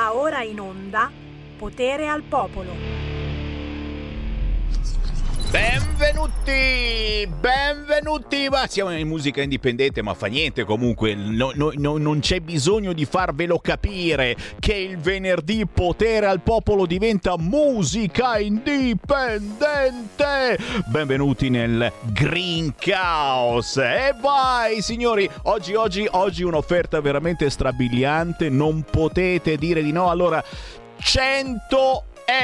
Va ora in onda Potere al Popolo. Benvenuti, ma siamo in musica indipendente, ma fa niente comunque, non c'è bisogno di farvelo capire che il venerdì Potere al Popolo diventa musica indipendente. Benvenuti nel Green Chaos. E vai signori, oggi un'offerta veramente strabiliante, non potete dire di no. Allora, 100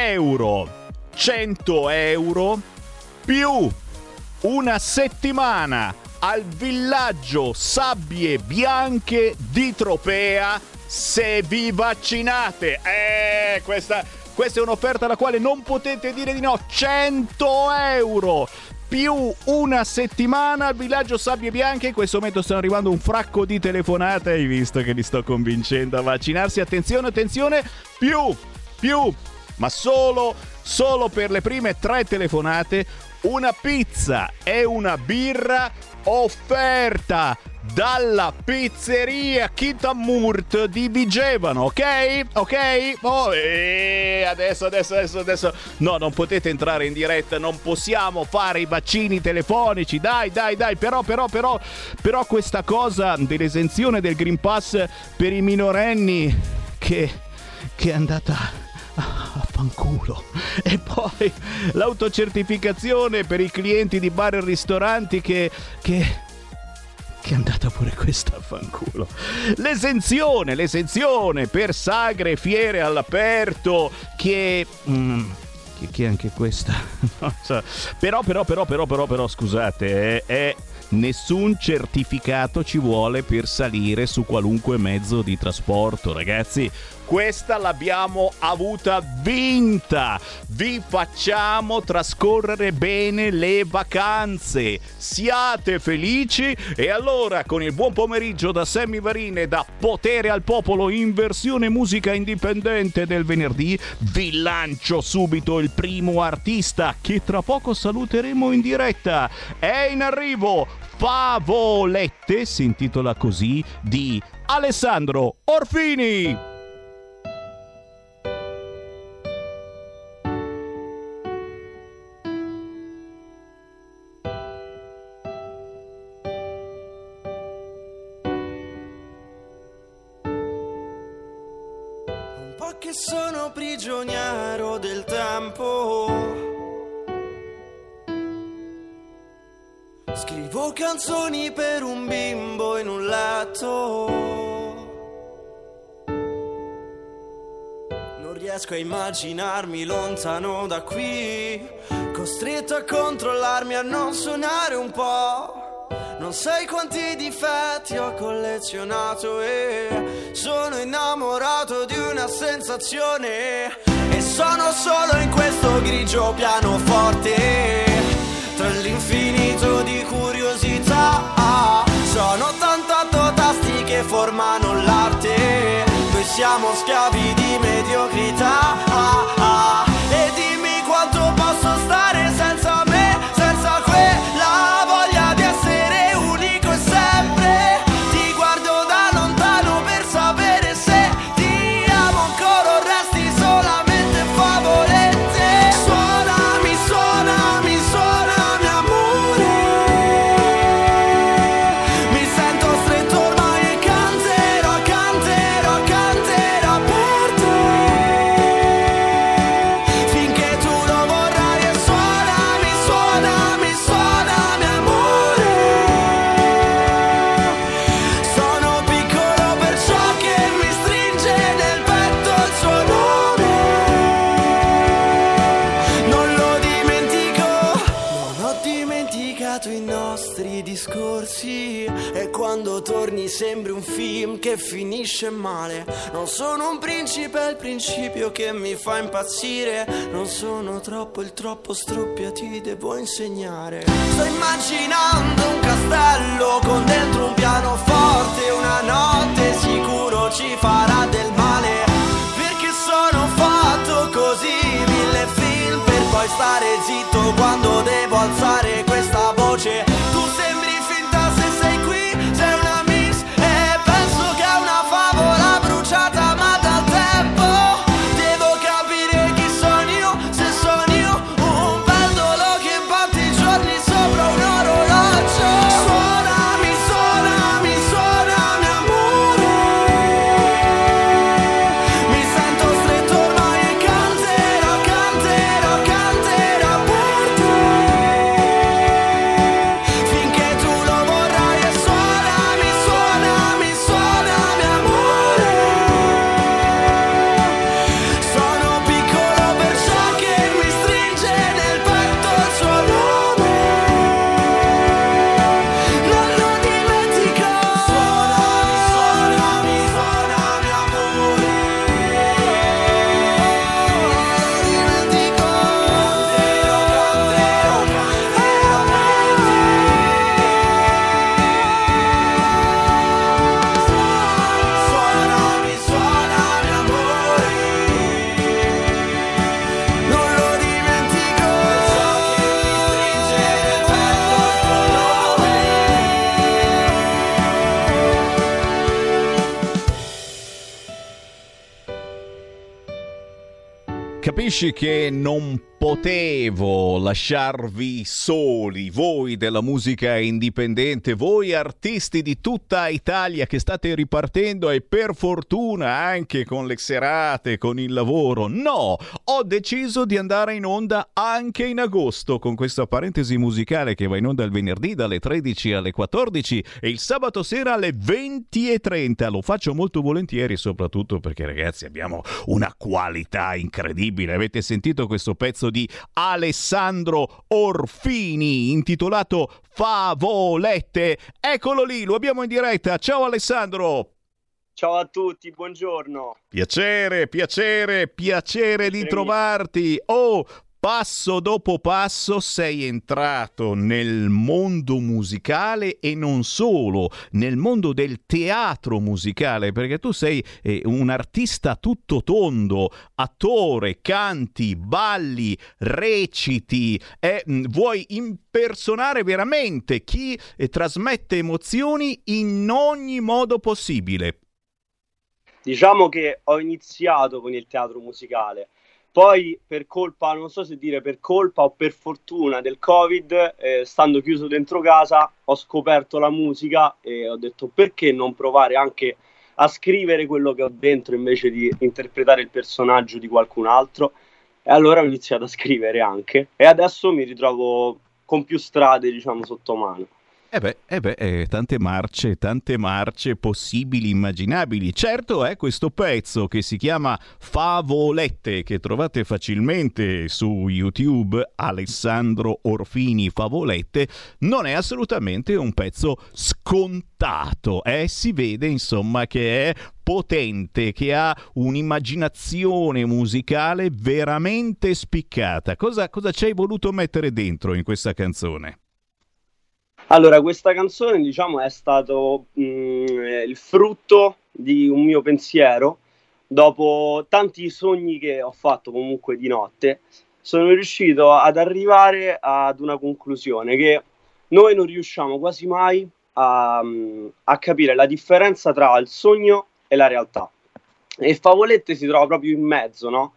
euro più una settimana al villaggio Sabbie Bianche di Tropea se vi vaccinate. Questa è un'offerta alla quale non potete dire di no. 100 euro più una settimana al villaggio Sabbie Bianche. In questo momento stanno arrivando un fracco di telefonate. Hai visto che li sto convincendo a vaccinarsi? Attenzione, più, ma solo per le prime 3 telefonate, una pizza e una birra offerta dalla pizzeria Kitamurt di Vigevano, ok? Oh, adesso no, non potete entrare in diretta, non possiamo fare i vaccini telefonici, dai, però questa cosa dell'esenzione del Green Pass per i minorenni che è andata a fanculo, e poi l'autocertificazione per i clienti di bar e ristoranti che è andata pure questa a fanculo, l'esenzione per sagre e fiere all'aperto che anche questa non so. però scusate, nessun certificato ci vuole per salire su qualunque mezzo di trasporto, ragazzi. Questa l'abbiamo avuta vinta. Vi facciamo trascorrere bene le vacanze. Siate felici. E allora, con il buon pomeriggio da Sammy Varin e da Potere al Popolo in versione musica indipendente del venerdì, vi lancio subito il primo artista che tra poco saluteremo in diretta. È in arrivo Favolette, si intitola così, di Alessandro Orfini. Un po' che sono prigioniero del tempo, scrivo canzoni per un bimbo in un letto. Non riesco a immaginarmi lontano da qui, costretto a controllarmi, a non suonare un po'. Non sai quanti difetti ho collezionato e sono innamorato di una sensazione. E sono solo in questo grigio pianoforte, tra l'infinito di curiosità. Sono 88 tasti che formano l'arte, noi siamo schiavi di mediocrità. E dimmi quanto posso stare senza me, senza quella voglia di essere unico e sempre. Ti guardo da lontano per sapere se ti amo ancora o resti solamente favolette. Suonami, suonami, suonami amore, mi sento stretto ormai e canterò, canterò, canterò per te, finché tu lo vorrai. E suonami, suonami, suonami amore, sono piccolo perciò che mi stringe nel petto il suo nome. Non lo dimentico, non ho dimenticato i nostri discorsi, e quando torni sembri un film che finisce male. Non sono un principe al principio che mi fa impazzire, non sono troppo il troppo stroppia, ti devo insegnare. Sto immaginando un castello con dentro un pianoforte, una notte sicuro ci farà del male, perché sono fatto così, 1000 film per poi stare zitto quando devo alzare questa voce. Tu sembri finta se sei qui, sei una miss, e penso che è una favola bruciata ma dal tempo. capisci che non potevo lasciarvi soli, voi della musica indipendente, voi artisti di tutta Italia che state ripartendo e per fortuna anche con le serate, con il lavoro. No, ho deciso di andare in onda anche in agosto con questa parentesi musicale che va in onda il venerdì dalle 13 alle 14 e il sabato sera alle 20:30. Lo faccio molto volentieri, soprattutto perché, ragazzi, abbiamo una qualità incredibile. Avete sentito questo pezzo di Alessandro Orfini intitolato Favolette? Eccolo lì, lo abbiamo in diretta. Ciao Alessandro. Ciao a tutti, buongiorno. Piacere di trovarti. Oh, passo dopo passo sei entrato nel mondo musicale e non solo, nel mondo del teatro musicale, perché tu sei un artista tutto tondo, attore, canti, balli, reciti, vuoi impersonare veramente chi trasmette emozioni in ogni modo possibile. Diciamo che ho iniziato con il teatro musicale. Poi per colpa, non so se dire per colpa o per fortuna del Covid, stando chiuso dentro casa, ho scoperto la musica e ho detto perché non provare anche a scrivere quello che ho dentro invece di interpretare il personaggio di qualcun altro. E allora ho iniziato a scrivere anche e adesso mi ritrovo con più strade, diciamo, sotto mano. Tante marce possibili, immaginabili. Certo è questo pezzo che si chiama Favolette, che trovate facilmente su YouTube, Alessandro Orfini Favolette, non è assolutamente un pezzo scontato, si vede insomma che è potente, che ha un'immaginazione musicale veramente spiccata. Cosa ci hai voluto mettere dentro in questa canzone? Allora, questa canzone, diciamo, è stato il frutto di un mio pensiero. Dopo tanti sogni che ho fatto comunque di notte, sono riuscito ad arrivare ad una conclusione che noi non riusciamo quasi mai a capire la differenza tra il sogno e la realtà. E Favolette si trova proprio in mezzo, no?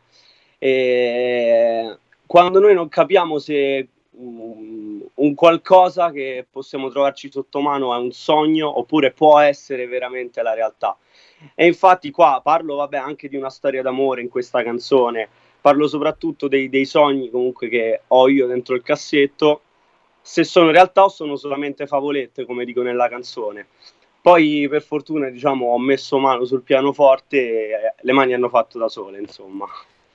E quando noi non capiamo se un qualcosa che possiamo trovarci sotto mano è un sogno oppure può essere veramente la realtà. E infatti qua parlo anche di una storia d'amore in questa canzone, parlo soprattutto dei sogni comunque che ho io dentro il cassetto, se sono realtà o sono solamente favolette, come dico nella canzone. Poi per fortuna, diciamo, ho messo mano sul pianoforte e le mani hanno fatto da sole, insomma.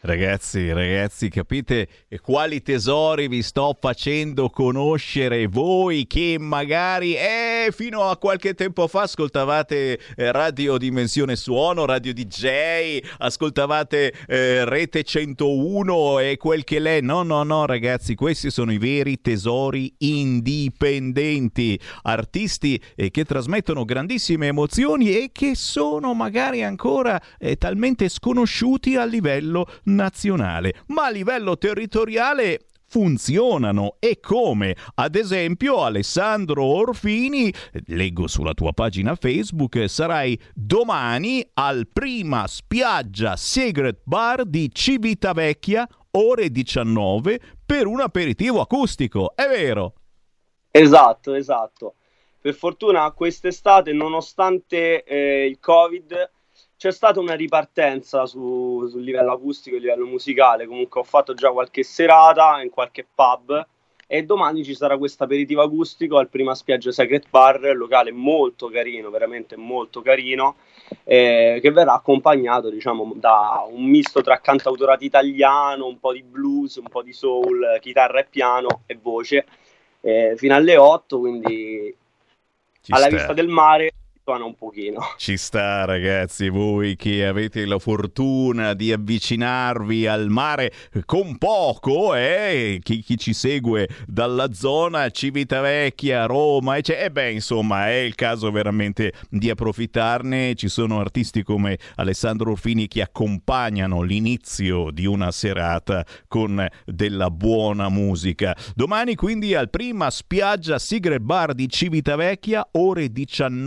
Ragazzi, capite quali tesori vi sto facendo conoscere, voi che magari fino a qualche tempo fa ascoltavate Radio Dimensione Suono, Radio DJ, ascoltavate Rete 101 e quel che l'è. No, ragazzi, questi sono i veri tesori indipendenti, artisti che trasmettono grandissime emozioni e che sono magari ancora talmente sconosciuti a livello nazionale, ma a livello territoriale funzionano. E come? Ad esempio Alessandro Orfini, leggo sulla tua pagina Facebook, sarai domani al Prima Spiaggia Secret Bar di Civitavecchia, ore 19, per un aperitivo acustico, è vero? Esatto. Per fortuna quest'estate, nonostante il Covid, c'è stata una ripartenza sul livello acustico e livello musicale. Comunque ho fatto già qualche serata in qualche pub e domani ci sarà questo aperitivo acustico al Prima Spiaggia Secret Bar, locale molto carino, veramente molto carino, che verrà accompagnato, diciamo, da un misto tra cantautorato italiano, un po' di blues, un po' di soul, chitarra e piano e voce, fino alle 8, quindi alla vista del mare suona un pochino. Ci sta, ragazzi, voi che avete la fortuna di avvicinarvi al mare con poco, chi ci segue dalla zona Civitavecchia, Roma, insomma è il caso veramente di approfittarne. Ci sono artisti come Alessandro Orfini che accompagnano l'inizio di una serata con della buona musica. Domani quindi al Prima Spiaggia Secret Bar di Civitavecchia, ore 19,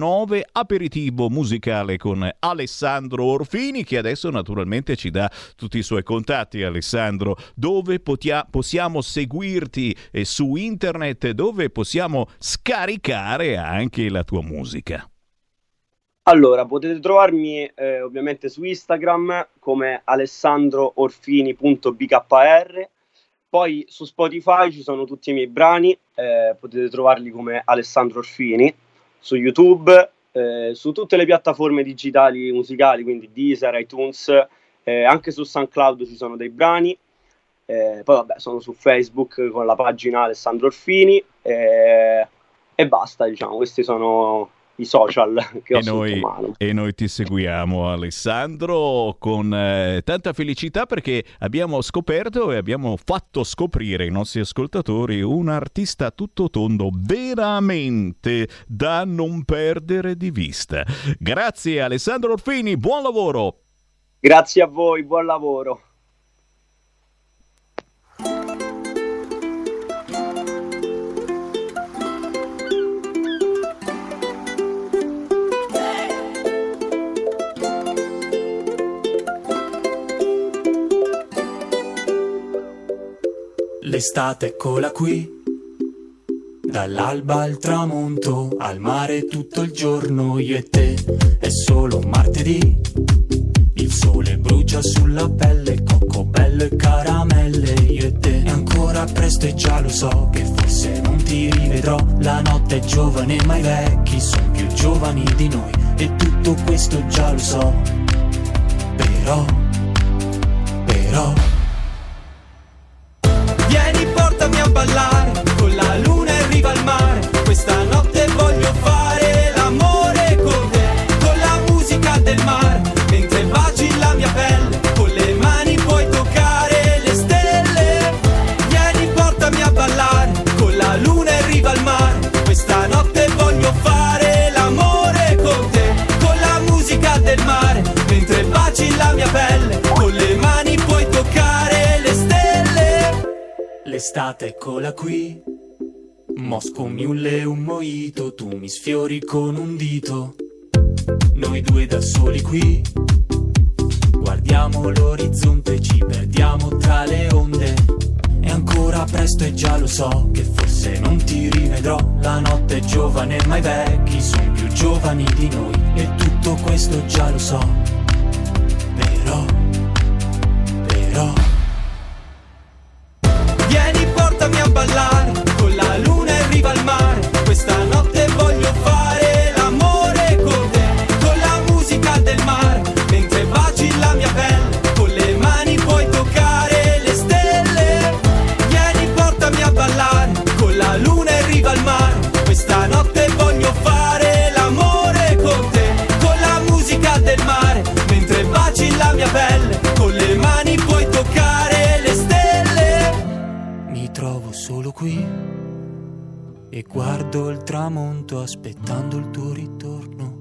grande aperitivo musicale con Alessandro Orfini, che adesso naturalmente ci dà tutti i suoi contatti. Alessandro, dove possiamo seguirti su internet, dove possiamo scaricare anche la tua musica? Allora, potete trovarmi ovviamente su Instagram come alessandroorfini.bkr, poi su Spotify ci sono tutti i miei brani, potete trovarli come Alessandro Orfini, su YouTube, su tutte le piattaforme digitali musicali, quindi Deezer, iTunes, anche su SoundCloud ci sono dei brani, poi vabbè sono su Facebook con la pagina Alessandro Orfini e basta, diciamo, questi sono i social che ho sotto mano. E noi ti seguiamo, Alessandro, con tanta felicità, perché abbiamo scoperto e abbiamo fatto scoprire ai nostri ascoltatori un artista tutto tondo veramente da non perdere di vista. Grazie Alessandro Orfini, buon lavoro! Grazie a voi, buon lavoro! L'estate eccola qui, dall'alba al tramonto, al mare tutto il giorno, io e te, è solo un martedì. Il sole brucia sulla pelle, coccobello e caramelle, io e te. È ancora presto e già lo so che forse non ti rivedrò. La notte è giovane ma i vecchi sono più giovani di noi, e tutto questo già lo so. Però vieni, portami a ballare, con la luna in riva al mare. Questa notte voglio fare l'amore con te, con la musica del mare, mentre baci la mia pelle, con le mani puoi toccare le stelle. Vieni, portami a ballare, con la luna in riva al mare. Questa notte voglio fare l'amore con te, con la musica del mare, mentre baci la mia pelle, con le mani puoi toccare le stelle. L'estate eccola qui, Mosco Mule un mojito, tu mi sfiori con un dito. Noi due da soli qui, guardiamo l'orizzonte, ci perdiamo tra le onde. È ancora presto e già lo so che forse non ti rivedrò. La notte è giovane ma i vecchi sono più giovani di noi, e tutto questo già lo so. Però vieni, portami a ballare, con la luna in riva al mare. Questa notte voglio fare l'amore con te, con la musica del mare, mentre baci la mia pelle, con le mani puoi toccare le stelle. Vieni, portami a ballare, con la luna in riva al mare. Questa notte voglio fare l'amore con te, con la musica del mare, mentre baci la mia pelle, con le mani puoi toccare le stelle. Mi trovo solo qui e guardo il tramonto aspettando il tuo ritorno.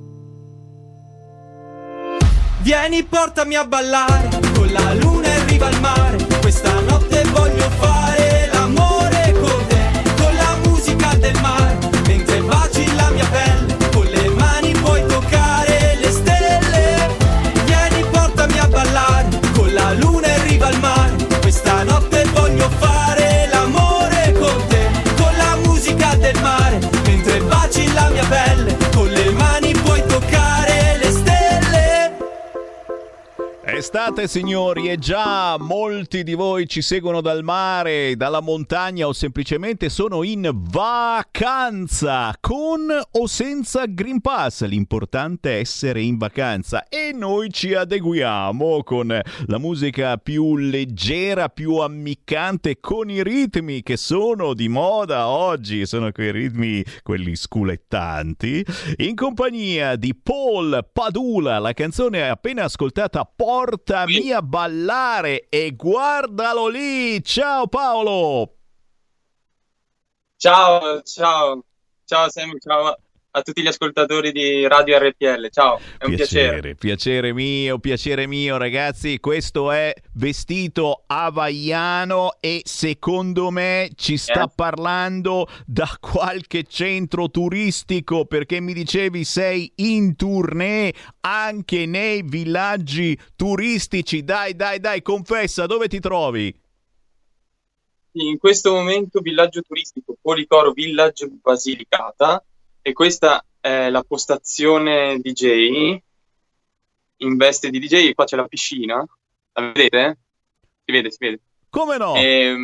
Vieni, portami a ballare, con la luna in riva al mare. Questa notte voglio fare l'amore con te, con la musica del mare, mentre baci la mia pelle, con le mani puoi toccare le stelle. Vieni, portami a ballare, con la luna in riva al mare. Questa notte voglio fare l'amore con te, con la musica del mare, mentre baci la mia pelle, con le mani puoi toccare le stelle. Estate, signori, e già molti di voi ci seguono dal mare, dalla montagna, o semplicemente sono in vacanza, con o senza Green Pass. L'importante è essere in vacanza, e noi ci adeguiamo con la musica più leggera, più ammiccante, con i ritmi che sono di moda oggi. Sono quei ritmi, quelli sculettanti, in compagnia di Paul Padula. La canzone appena ascoltata, Portami a ballare, e guardalo lì. Ciao Paolo. Ciao Sam, ciao. a tutti gli ascoltatori di Radio RPL. Ciao, è un piacere. Piacere mio, ragazzi. Questo è Vestito Hawaiano e secondo me ci sta parlando da qualche centro turistico, perché mi dicevi sei in tournée anche nei villaggi turistici. Dai, confessa, dove ti trovi? In questo momento villaggio turistico Policoro Village Basilicata, e questa è la postazione DJ in veste di DJ. Qua c'è la piscina, la vedete? Si vede. Come no?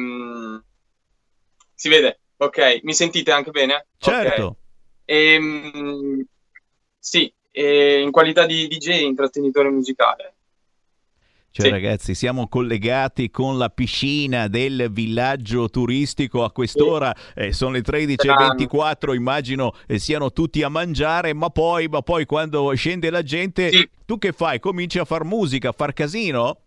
Si vede, ok. Mi sentite anche bene? Certo. Okay. Sì, in qualità di DJ, intrattenitore musicale. Cioè, sì, ragazzi, siamo collegati con la piscina del villaggio turistico a quest'ora, sono le 13:24, immagino siano tutti a mangiare, ma poi quando scende la gente, sì, tu che fai? Cominci a far musica, a far casino?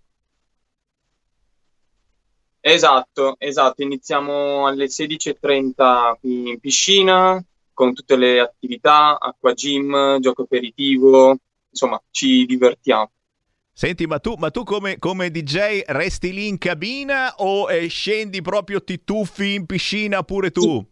Esatto, iniziamo alle 16:30 qui in piscina, con tutte le attività, acqua gym, gioco aperitivo, insomma, ci divertiamo. Senti, ma tu come DJ resti lì in cabina o scendi proprio, ti tuffi in piscina pure tu?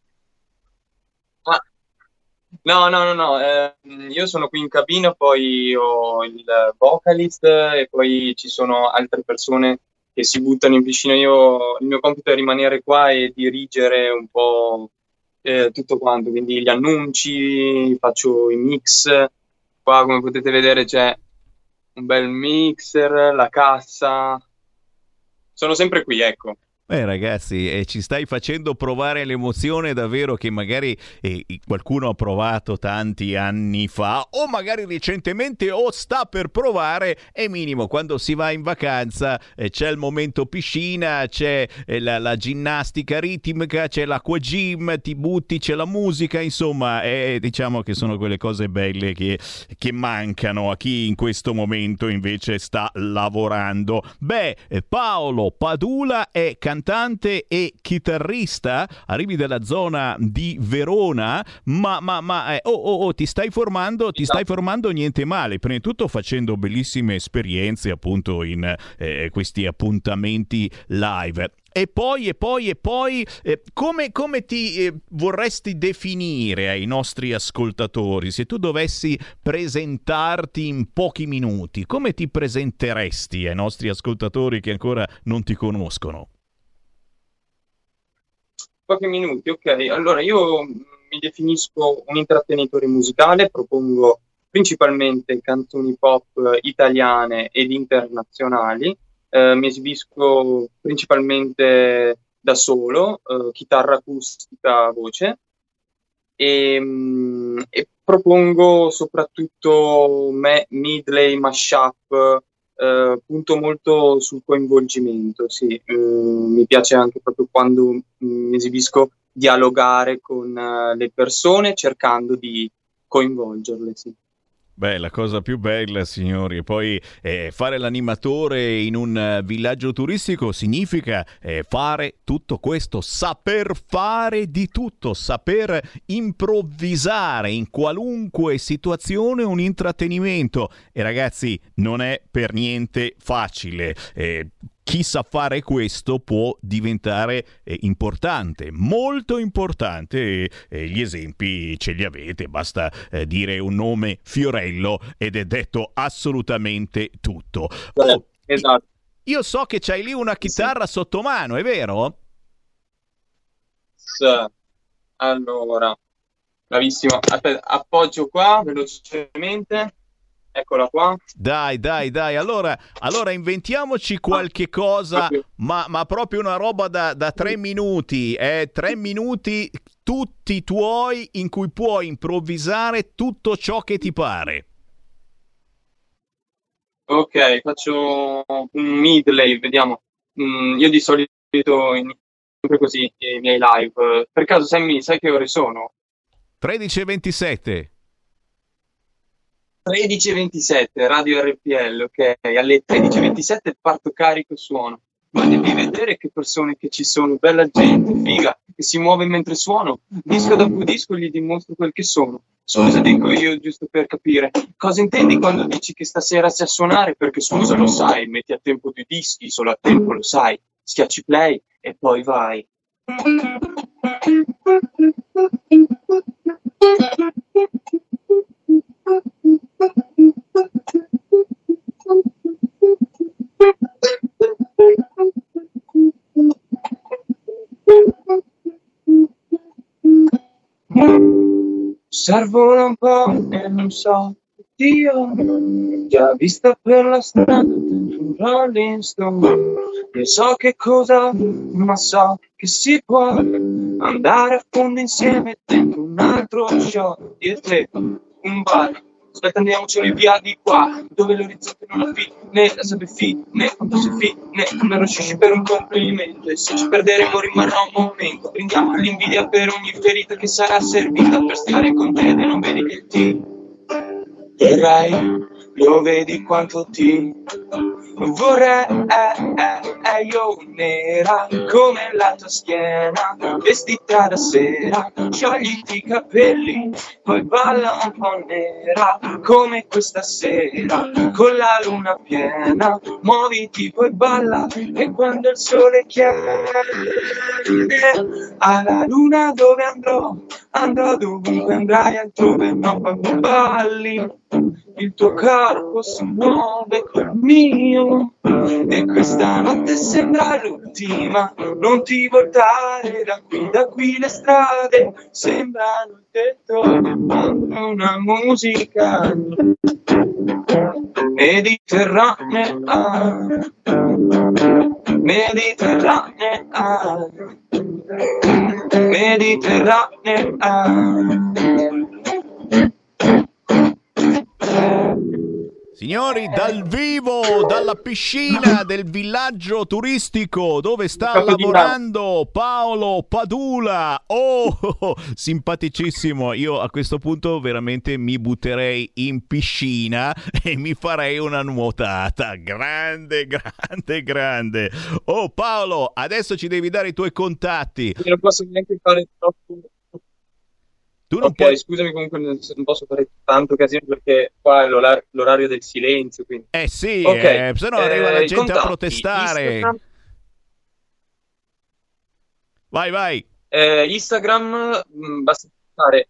No. Io sono qui in cabina, poi ho il vocalist e poi ci sono altre persone che si buttano in piscina. Il mio compito è rimanere qua e dirigere un po' tutto quanto, quindi gli annunci, faccio i mix. Qua, come potete vedere, c'è un bel mixer, la cassa. Sono sempre qui, ecco. Ragazzi, ci stai facendo provare l'emozione davvero che magari qualcuno ha provato tanti anni fa o magari recentemente o sta per provare. È minimo, quando si va in vacanza c'è il momento piscina, c'è la ginnastica ritmica, c'è l'acqua gym, ti butti, c'è la musica, insomma, diciamo che sono quelle cose belle che mancano a chi in questo momento invece sta lavorando. Paolo Padula è cantante e chitarrista, arrivi dalla zona di Verona, ma ti stai formando, niente male, prima di tutto facendo bellissime esperienze appunto in questi appuntamenti live. E poi, come ti vorresti definire ai nostri ascoltatori? Se tu dovessi presentarti in pochi minuti, come ti presenteresti ai nostri ascoltatori che ancora non ti conoscono? Pochi minuti, ok. Allora, io mi definisco un intrattenitore musicale, propongo principalmente canzoni pop italiane ed internazionali, mi esibisco principalmente da solo, chitarra acustica, voce, e propongo soprattutto medley, mashup, punto molto sul coinvolgimento, sì. Mi piace anche proprio quando mi esibisco dialogare con le persone cercando di coinvolgerle, sì. La cosa più bella, signori, poi fare l'animatore in un villaggio turistico significa fare tutto questo, saper fare di tutto, saper improvvisare in qualunque situazione un intrattenimento. E ragazzi, non è per niente facile. Chi sa fare questo può diventare importante, molto importante, gli esempi ce li avete, basta dire un nome, Fiorello, ed è detto assolutamente tutto. Esatto. Io so che c'hai lì una chitarra sotto mano, è vero? Sì. Allora, bravissimo. Aspetta, appoggio qua velocemente. Eccola qua. Dai. Allora inventiamoci qualche cosa, ma proprio una roba da 3 minuti. 3 minuti tutti tuoi in cui puoi improvvisare tutto ciò che ti pare. Ok, faccio un medley, vediamo. Io di solito sempre così i miei live. Per caso, Sammy, sai che ore sono? 13:27. 13:27, Radio RPL, ok. Alle 13:27 parto carico suono. poi devi vedere che persone che ci sono, bella gente, figa, che si muove mentre suono, disco dopo disco gli dimostro quel che sono. Scusa, dico io, giusto per capire, cosa intendi quando dici che stasera sai suonare? Perché scusa, lo sai, metti a tempo due dischi, solo a tempo lo sai, schiacci play e poi vai. Servono un po' e non so, Dio, già vista per la strada un Rolling Stone, non so che cosa, ma so che si può andare a fondo insieme dentro un altro show, io e te, un bar. Aspetta, andiamocene via di qua, dove l'orizzonte non ha fine, la sape fine, quanto sei fine, come roscisci per un complimento, e se ci perderemo rimarrà un momento, prendiamo l'invidia per ogni ferita che sarà servita per stare con te, e non vedi che ti vorrei, lo vedi quanto ti vorrei, io nera come la tua schiena, vestita da sera, sciogliti i capelli, poi balla un po' nera come questa sera, con la luna piena, muoviti poi balla, e quando il sole chiede alla luna dove andrò dovunque andrai altrove, no, poi balli, il tuo corpo si muove col mio, e questa notte sembra l'ultima, non ti voltare da qui le strade sembrano il tetto del mondo, una musica mediterranea, mediterranea, mediterranea. Signori, dal vivo, dalla piscina del villaggio turistico dove sta lavorando Paolo Padula. Oh, simpaticissimo. Io a questo punto veramente mi butterei in piscina e mi farei una nuotata. Grande, grande, grande. Oh Paolo, adesso ci devi dare i tuoi contatti. Non posso neanche fare troppo. Tu non puoi... scusami, comunque non posso fare tanto casino perché qua è l'orario del silenzio, quindi... sì, se no arriva la gente a protestare. Instagram... Vai. Instagram, basta fare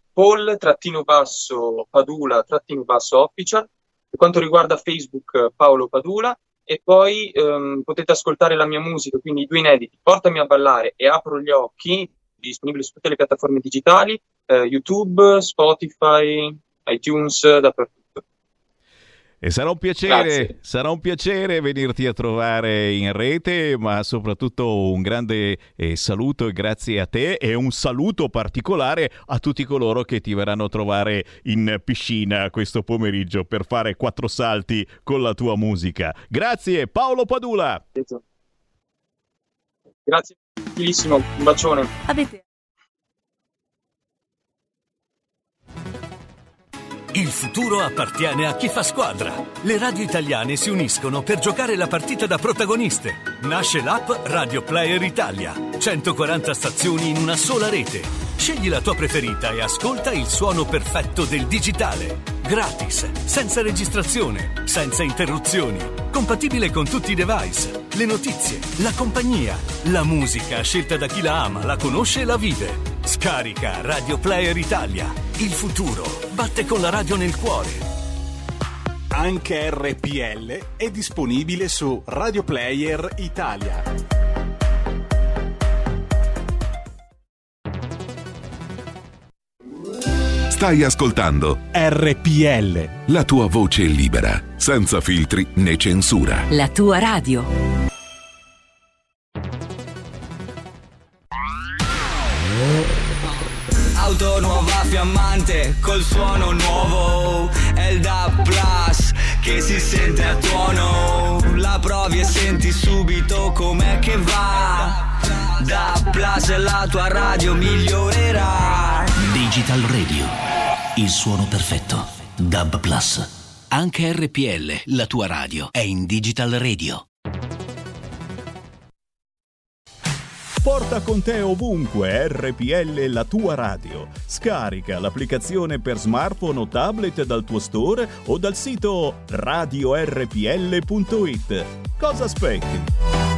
Paul_Padula_official. Per quanto riguarda Facebook, Paolo Padula. E poi potete ascoltare la mia musica, quindi i due inediti, Portami a ballare e Apro gli occhi, disponibili su tutte le piattaforme digitali, YouTube, Spotify, iTunes, dappertutto. E sarà un piacere venirti a trovare in rete, ma soprattutto un grande saluto e grazie a te, e un saluto particolare a tutti coloro che ti verranno a trovare in piscina questo pomeriggio per fare 4 salti con la tua musica. Grazie Paolo Padula. Grazie, bellissimo, un bacione. Il futuro appartiene a chi fa squadra. Le radio italiane si uniscono per giocare la partita da protagoniste. Nasce l'app Radio Player Italia. 140 stazioni in una sola rete. Scegli la tua preferita e ascolta il suono perfetto del digitale. Gratis, senza registrazione, senza interruzioni. Compatibile con tutti i device. Le notizie, la compagnia, la musica scelta da chi la ama, la conosce e la vive. Scarica Radio Player Italia. Il futuro batte con la radio nel cuore. Anche RPL è disponibile su Radio Player Italia. Stai ascoltando RPL, la tua voce libera, senza filtri né censura. La tua radio. Auto nuova fiammante col suono nuovo, è il DAB Plus che si sente a tuono, la provi e senti subito com'è che va. DAB Plus e la tua radio migliorerà. Digital Radio, il suono perfetto. DAB Plus. Anche RPL, la tua radio, è in Digital Radio. Porta con te ovunque RPL, la tua radio. Scarica l'applicazione per smartphone o tablet dal tuo store o dal sito radiorpl.it. Cosa aspetti?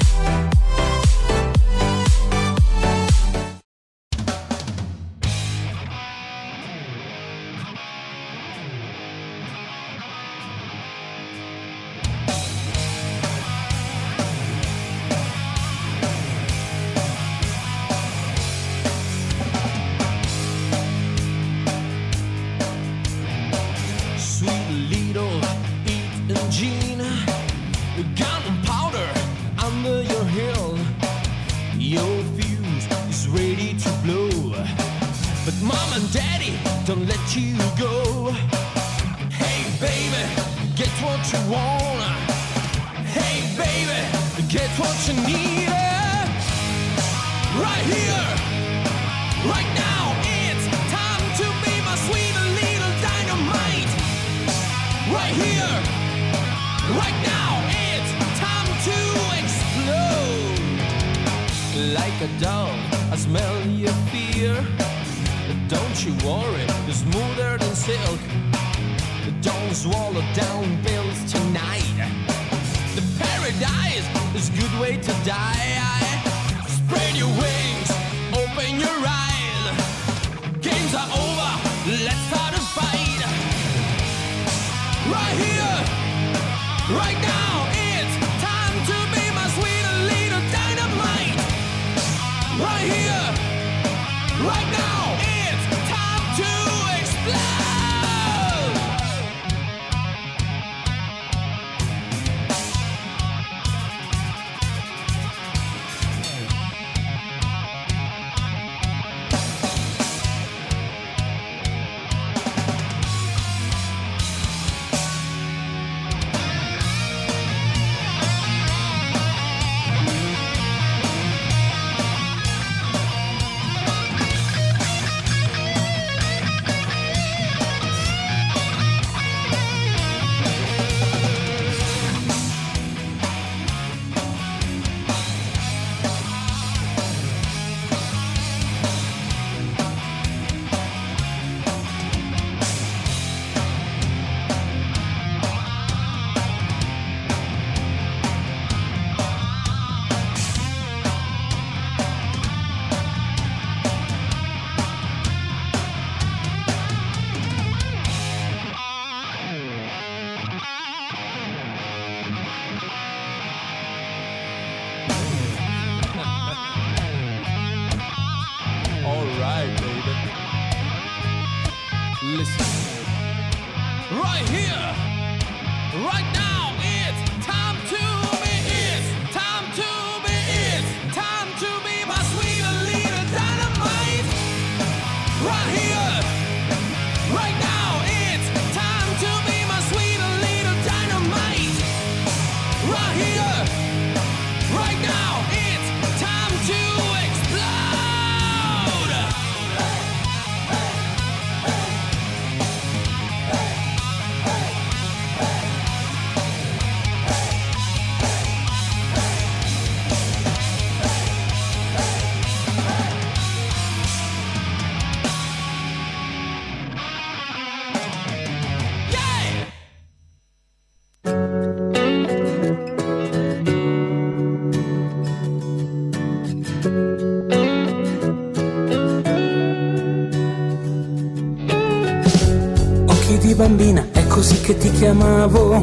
Bambina, è così che ti chiamavo.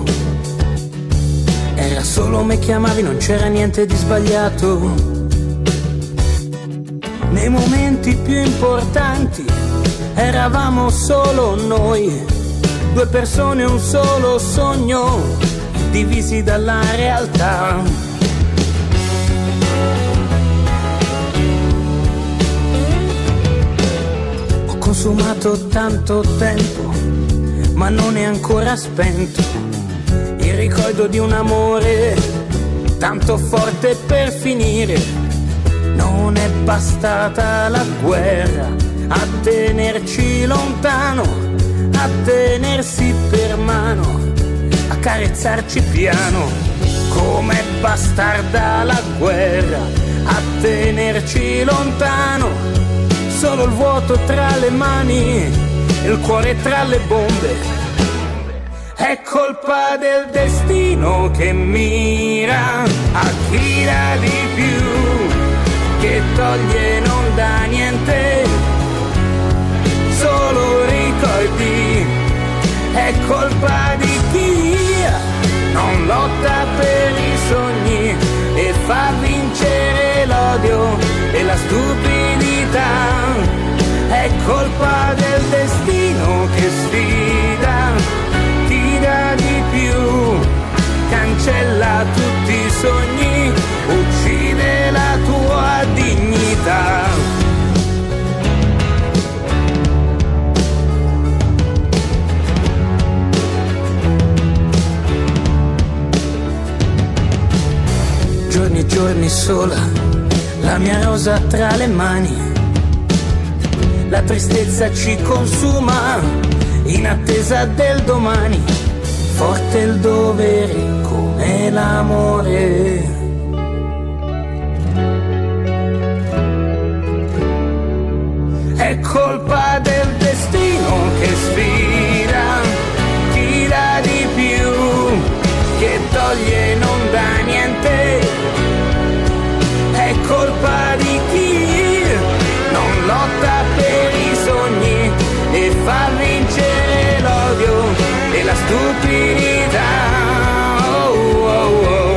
Era solo me chiamavi, non c'era niente di sbagliato. Nei momenti più importanti eravamo solo noi, due persone, un solo sogno, divisi dalla realtà. Ho consumato tanto tempo, ma non è ancora spento il ricordo di un amore tanto forte per finire. Non è bastata la guerra a tenerci lontano, a tenersi per mano, a carezzarci piano. Com'è bastarda la guerra a tenerci lontano, solo il vuoto tra le mani, il cuore tra le bombe. È colpa del destino che mira a chi dà di più, che toglie e non dà niente, solo ricordi. È colpa di chi non lotta per i sogni e fa vincere l'odio e la stupidità. È colpa del destino che sfida, ti dà di più, cancella tutti i sogni, uccide la tua dignità. Giorni e giorni sola, la mia rosa tra le mani, la tristezza ci consuma in attesa del domani, forte il dovere come l'amore. È colpa del destino che sfida, chi dà di più, che toglie e non dà niente. È colpa di chi non lotta per i sogni e fa vincere l'odio e la stupidità. Oh, oh, oh.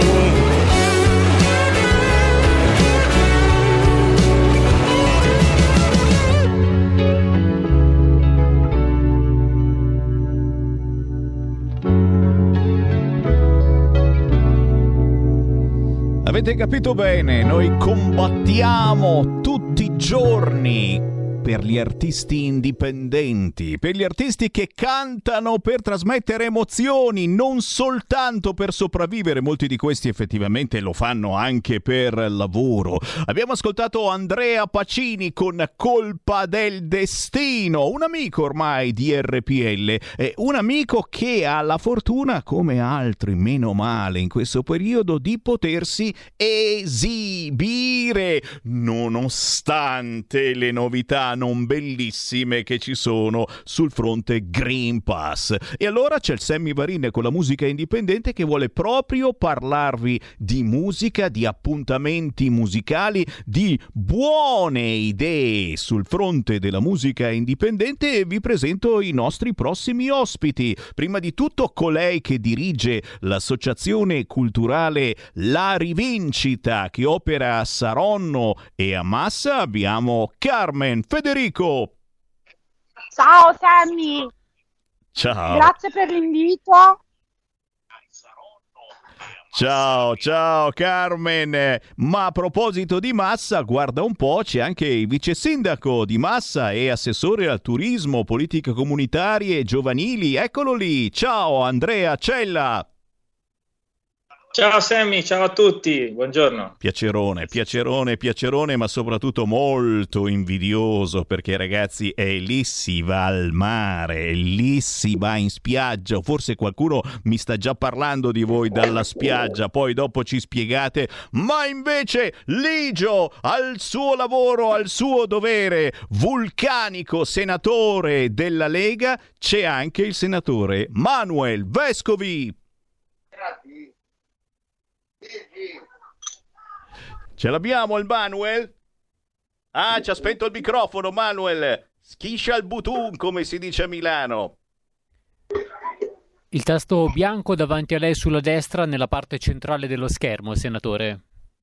Avete capito bene, noi combattiamo tutti i giorni per gli artisti indipendenti, per gli artisti che cantano per trasmettere emozioni, non soltanto per sopravvivere. Molti di questi effettivamente lo fanno anche per lavoro. Abbiamo ascoltato Andrea Pacini con Colpa del Destino, un amico ormai di RPL, un amico che ha la fortuna, come altri meno male in questo periodo, di potersi esibire nonostante le novità non bellissime che ci sono sul fronte Green Pass. E allora c'è il Sammy Varin con la musica indipendente che vuole proprio parlarvi di musica, di appuntamenti musicali, di buone idee sul fronte della musica indipendente, e vi presento i nostri prossimi ospiti. Prima di tutto colei che dirige l'associazione culturale La Rivincita, che opera a Saronno e a Massa. Abbiamo Carmen Federico. Ciao Sammy. Ciao. Grazie per l'invito. Ciao Carmen. Ma a proposito di Massa, guarda un po', c'è anche il vice sindaco di Massa e assessore al turismo, politiche comunitarie e giovanili. Eccolo lì. Ciao Andrea Cella. Ciao Sammy, ciao a tutti, buongiorno. Piacerone, ma soprattutto molto invidioso, perché ragazzi lì si va al mare, lì si va in spiaggia. Forse qualcuno mi sta già parlando di voi dalla spiaggia, poi dopo ci spiegate, ma invece Ligio al suo lavoro, al suo dovere, vulcanico senatore della Lega, c'è anche il senatore Manuel Vescovi. Ce l'abbiamo il Manuel? Ah, ci ha spento il microfono, Manuel. Schiscia il button, come si dice a Milano. Il tasto bianco davanti a lei sulla destra, nella parte centrale dello schermo, senatore.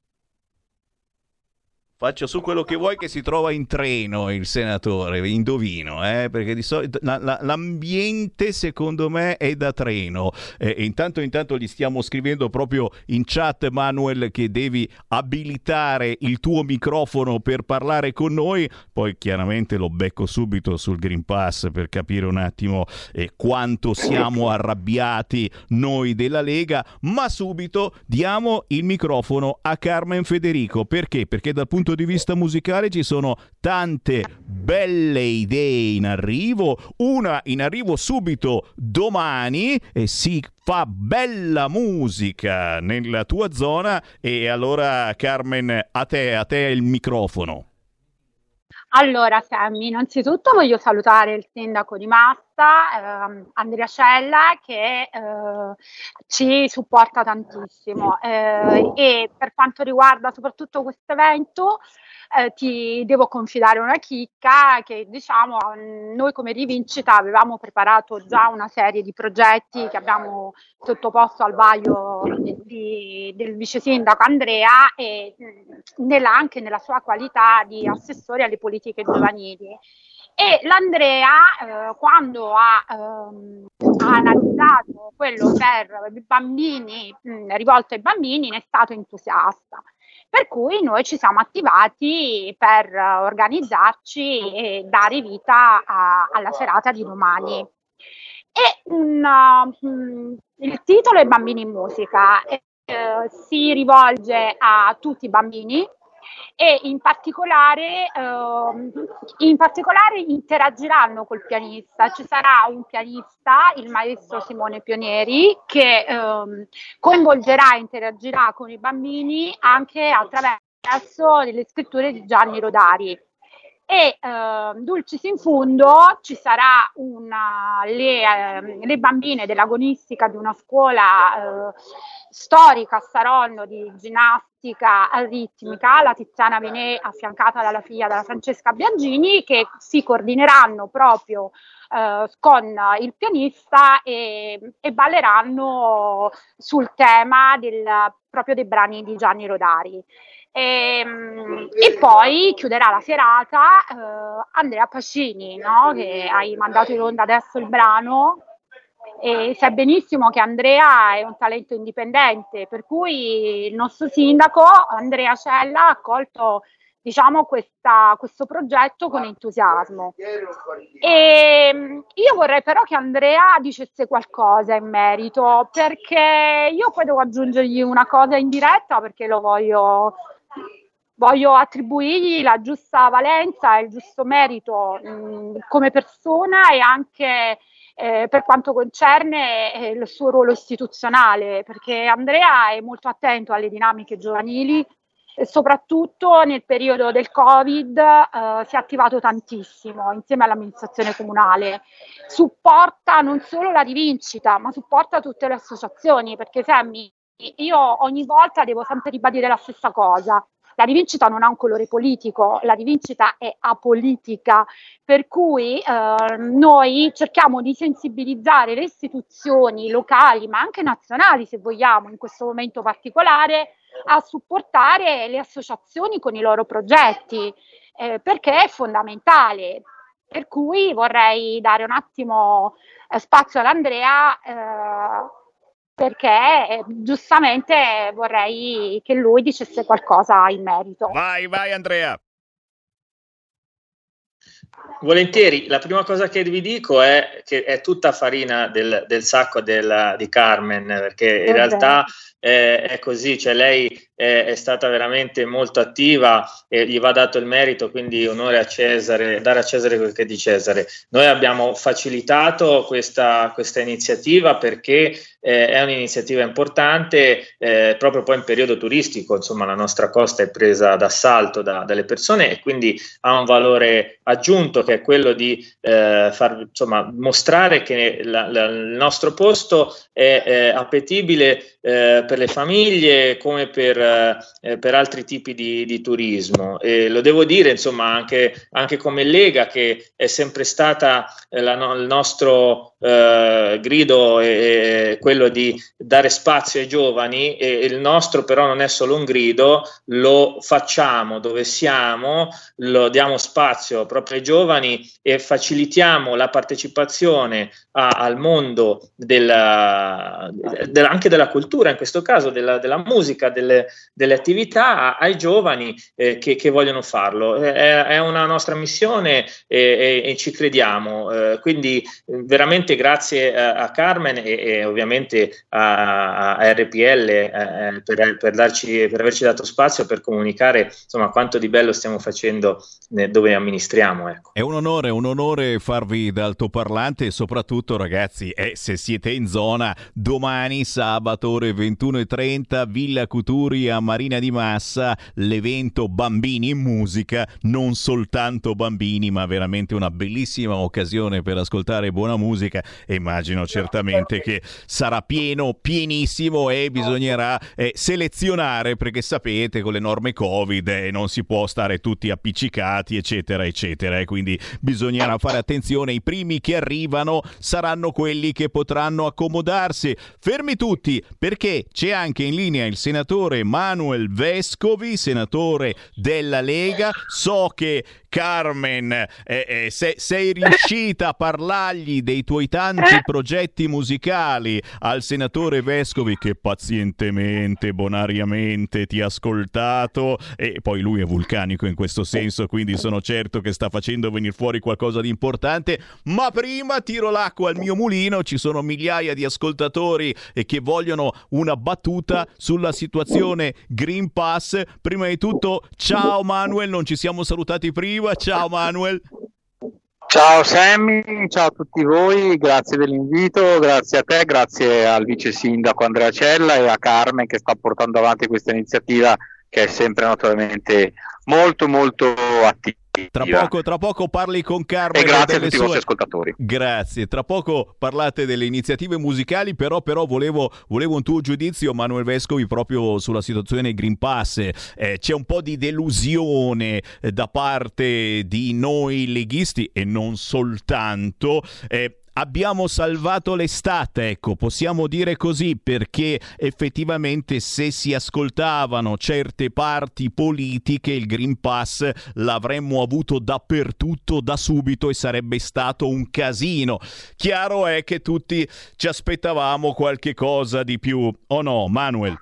Faccio su quello che vuoi, che si trova in treno il senatore, indovino, perché di solito l'ambiente secondo me è da treno. Intanto gli stiamo scrivendo proprio in chat, Manuel, che devi abilitare il tuo microfono per parlare con noi. Poi chiaramente lo becco subito sul Green Pass per capire un attimo quanto siamo arrabbiati noi della Lega, ma subito diamo il microfono a Carmen Federico. Perché? Perché dal punto punto di vista musicale ci sono tante belle idee in arrivo, una in arrivo subito domani e si fa bella musica nella tua zona. E allora Carmen, a te il microfono. Allora, Sammy, innanzitutto voglio salutare il sindaco di Massa, Andrea Cella, che ci supporta tantissimo. E per quanto riguarda soprattutto questo evento, ti devo confidare una chicca che, diciamo, noi come Rivincita avevamo preparato già una serie di progetti che abbiamo sottoposto al vaglio del vice sindaco Andrea e anche nella sua qualità di assessore alle politiche giovanili. E l'Andrea, quando ha analizzato quello per i bambini, rivolto ai bambini, ne è stato entusiasta. Per cui noi ci siamo attivati per organizzarci e dare vita alla serata di domani. E il titolo è Bambini in musica, si rivolge a tutti i bambini e in particolare interagiranno col pianista. Ci sarà un pianista, il maestro Simone Pionieri, che coinvolgerà e interagirà con i bambini anche attraverso le scritture di Gianni Rodari. E dulcis in fundo ci sarà le bambine dell'agonistica di una scuola storica a Saronno di ginnastica ritmica, la Tiziana Venè, affiancata dalla figlia della Francesca Biagini, che si coordineranno proprio con il pianista e balleranno sul tema proprio dei brani di Gianni Rodari. E poi chiuderà la serata Andrea Pacini, no? Che hai mandato in onda adesso il brano, e sai benissimo che Andrea è un talento indipendente, per cui il nostro sindaco Andrea Cella ha accolto, diciamo, questo progetto con entusiasmo. E io vorrei però che Andrea dicesse qualcosa in merito, perché io poi devo aggiungergli una cosa in diretta, perché lo voglio attribuirgli la giusta valenza e il giusto merito come persona e anche per quanto concerne il suo ruolo istituzionale, perché Andrea è molto attento alle dinamiche giovanili e soprattutto nel periodo del Covid si è attivato tantissimo insieme all'amministrazione comunale, supporta non solo la Rivincita ma supporta tutte le associazioni, perché Sammy, io ogni volta devo sempre ribadire la stessa cosa. La Rivincita non ha un colore politico, la Rivincita è apolitica, per cui noi cerchiamo di sensibilizzare le istituzioni locali, ma anche nazionali se vogliamo, in questo momento particolare, a supportare le associazioni con i loro progetti, perché è fondamentale. Per cui vorrei dare un attimo spazio ad Andrea, perché giustamente vorrei che lui dicesse qualcosa in merito. Vai Andrea. Volentieri, la prima cosa che vi dico è che è tutta farina del sacco di Carmen, perché in realtà è così, cioè lei è stata veramente molto attiva e gli va dato il merito, quindi onore a Cesare, dare a Cesare quel che è di Cesare. Noi abbiamo facilitato questa iniziativa perché è un'iniziativa importante, proprio poi in periodo turistico, insomma la nostra costa è presa d'assalto dalle persone e quindi ha un valore aggiunto, che è quello di mostrare che il nostro posto è appetibile per le famiglie come per altri tipi di turismo, e lo devo dire insomma anche come Lega, che è sempre stata il nostro grido è quello di dare spazio ai giovani, e il nostro però non è solo un grido, lo facciamo dove siamo, lo diamo spazio proprio ai giovani e facilitiamo la partecipazione al mondo anche della cultura, in questo caso della musica, delle attività ai giovani che vogliono farlo. È una nostra missione e ci crediamo, quindi veramente grazie a Carmen e ovviamente a RPL per averci dato spazio per comunicare insomma quanto di bello stiamo facendo dove amministriamo. Ecco. È un onore farvi da altoparlante e soprattutto ragazzi, se siete in zona, domani sabato ore 21:30 Villa Cuturi a Marina di Massa, l'evento Bambini in Musica, non soltanto bambini ma veramente una bellissima occasione per ascoltare buona musica e immagino certamente che sarà pienissimo e bisognerà selezionare, perché sapete con le norme Covid non si può stare tutti appiccicati eccetera e quindi bisognerà fare attenzione. I primi che arrivano saranno quelli che potranno accomodarsi. Fermi tutti, perché c'è anche in linea il senatore Manuel Vescovi, senatore della Lega. So che Carmen, sei riuscita a parlargli dei tuoi tanti progetti musicali al senatore Vescovi, che pazientemente, bonariamente ti ha ascoltato, e poi lui è vulcanico in questo senso, quindi sono certo che sta facendo venire fuori qualcosa di importante. Ma prima tiro l'acqua al mio mulino, ci sono migliaia di ascoltatori che vogliono una battuta sulla situazione Green Pass. Prima di tutto, ciao Manuel, non ci siamo salutati prima. Ciao Manuel. Ciao Sammy, ciao a tutti voi, grazie dell'invito, grazie a te, grazie al vice sindaco Andrea Cella e a Carmen che sta portando avanti questa iniziativa che è sempre naturalmente molto attiva. Tra poco parli con Carmen. E grazie a tutti i vostri ascoltatori. Grazie. Tra poco parlate delle iniziative musicali, però volevo un tuo giudizio, Manuel Vescovi, proprio sulla situazione Green Pass. C'è un po' di delusione da parte di noi leghisti e non soltanto. Abbiamo salvato l'estate, ecco, possiamo dire così, perché effettivamente se si ascoltavano certe parti politiche il Green Pass l'avremmo avuto dappertutto da subito e sarebbe stato un casino. Chiaro è che tutti ci aspettavamo qualche cosa di più, o no, Manuel?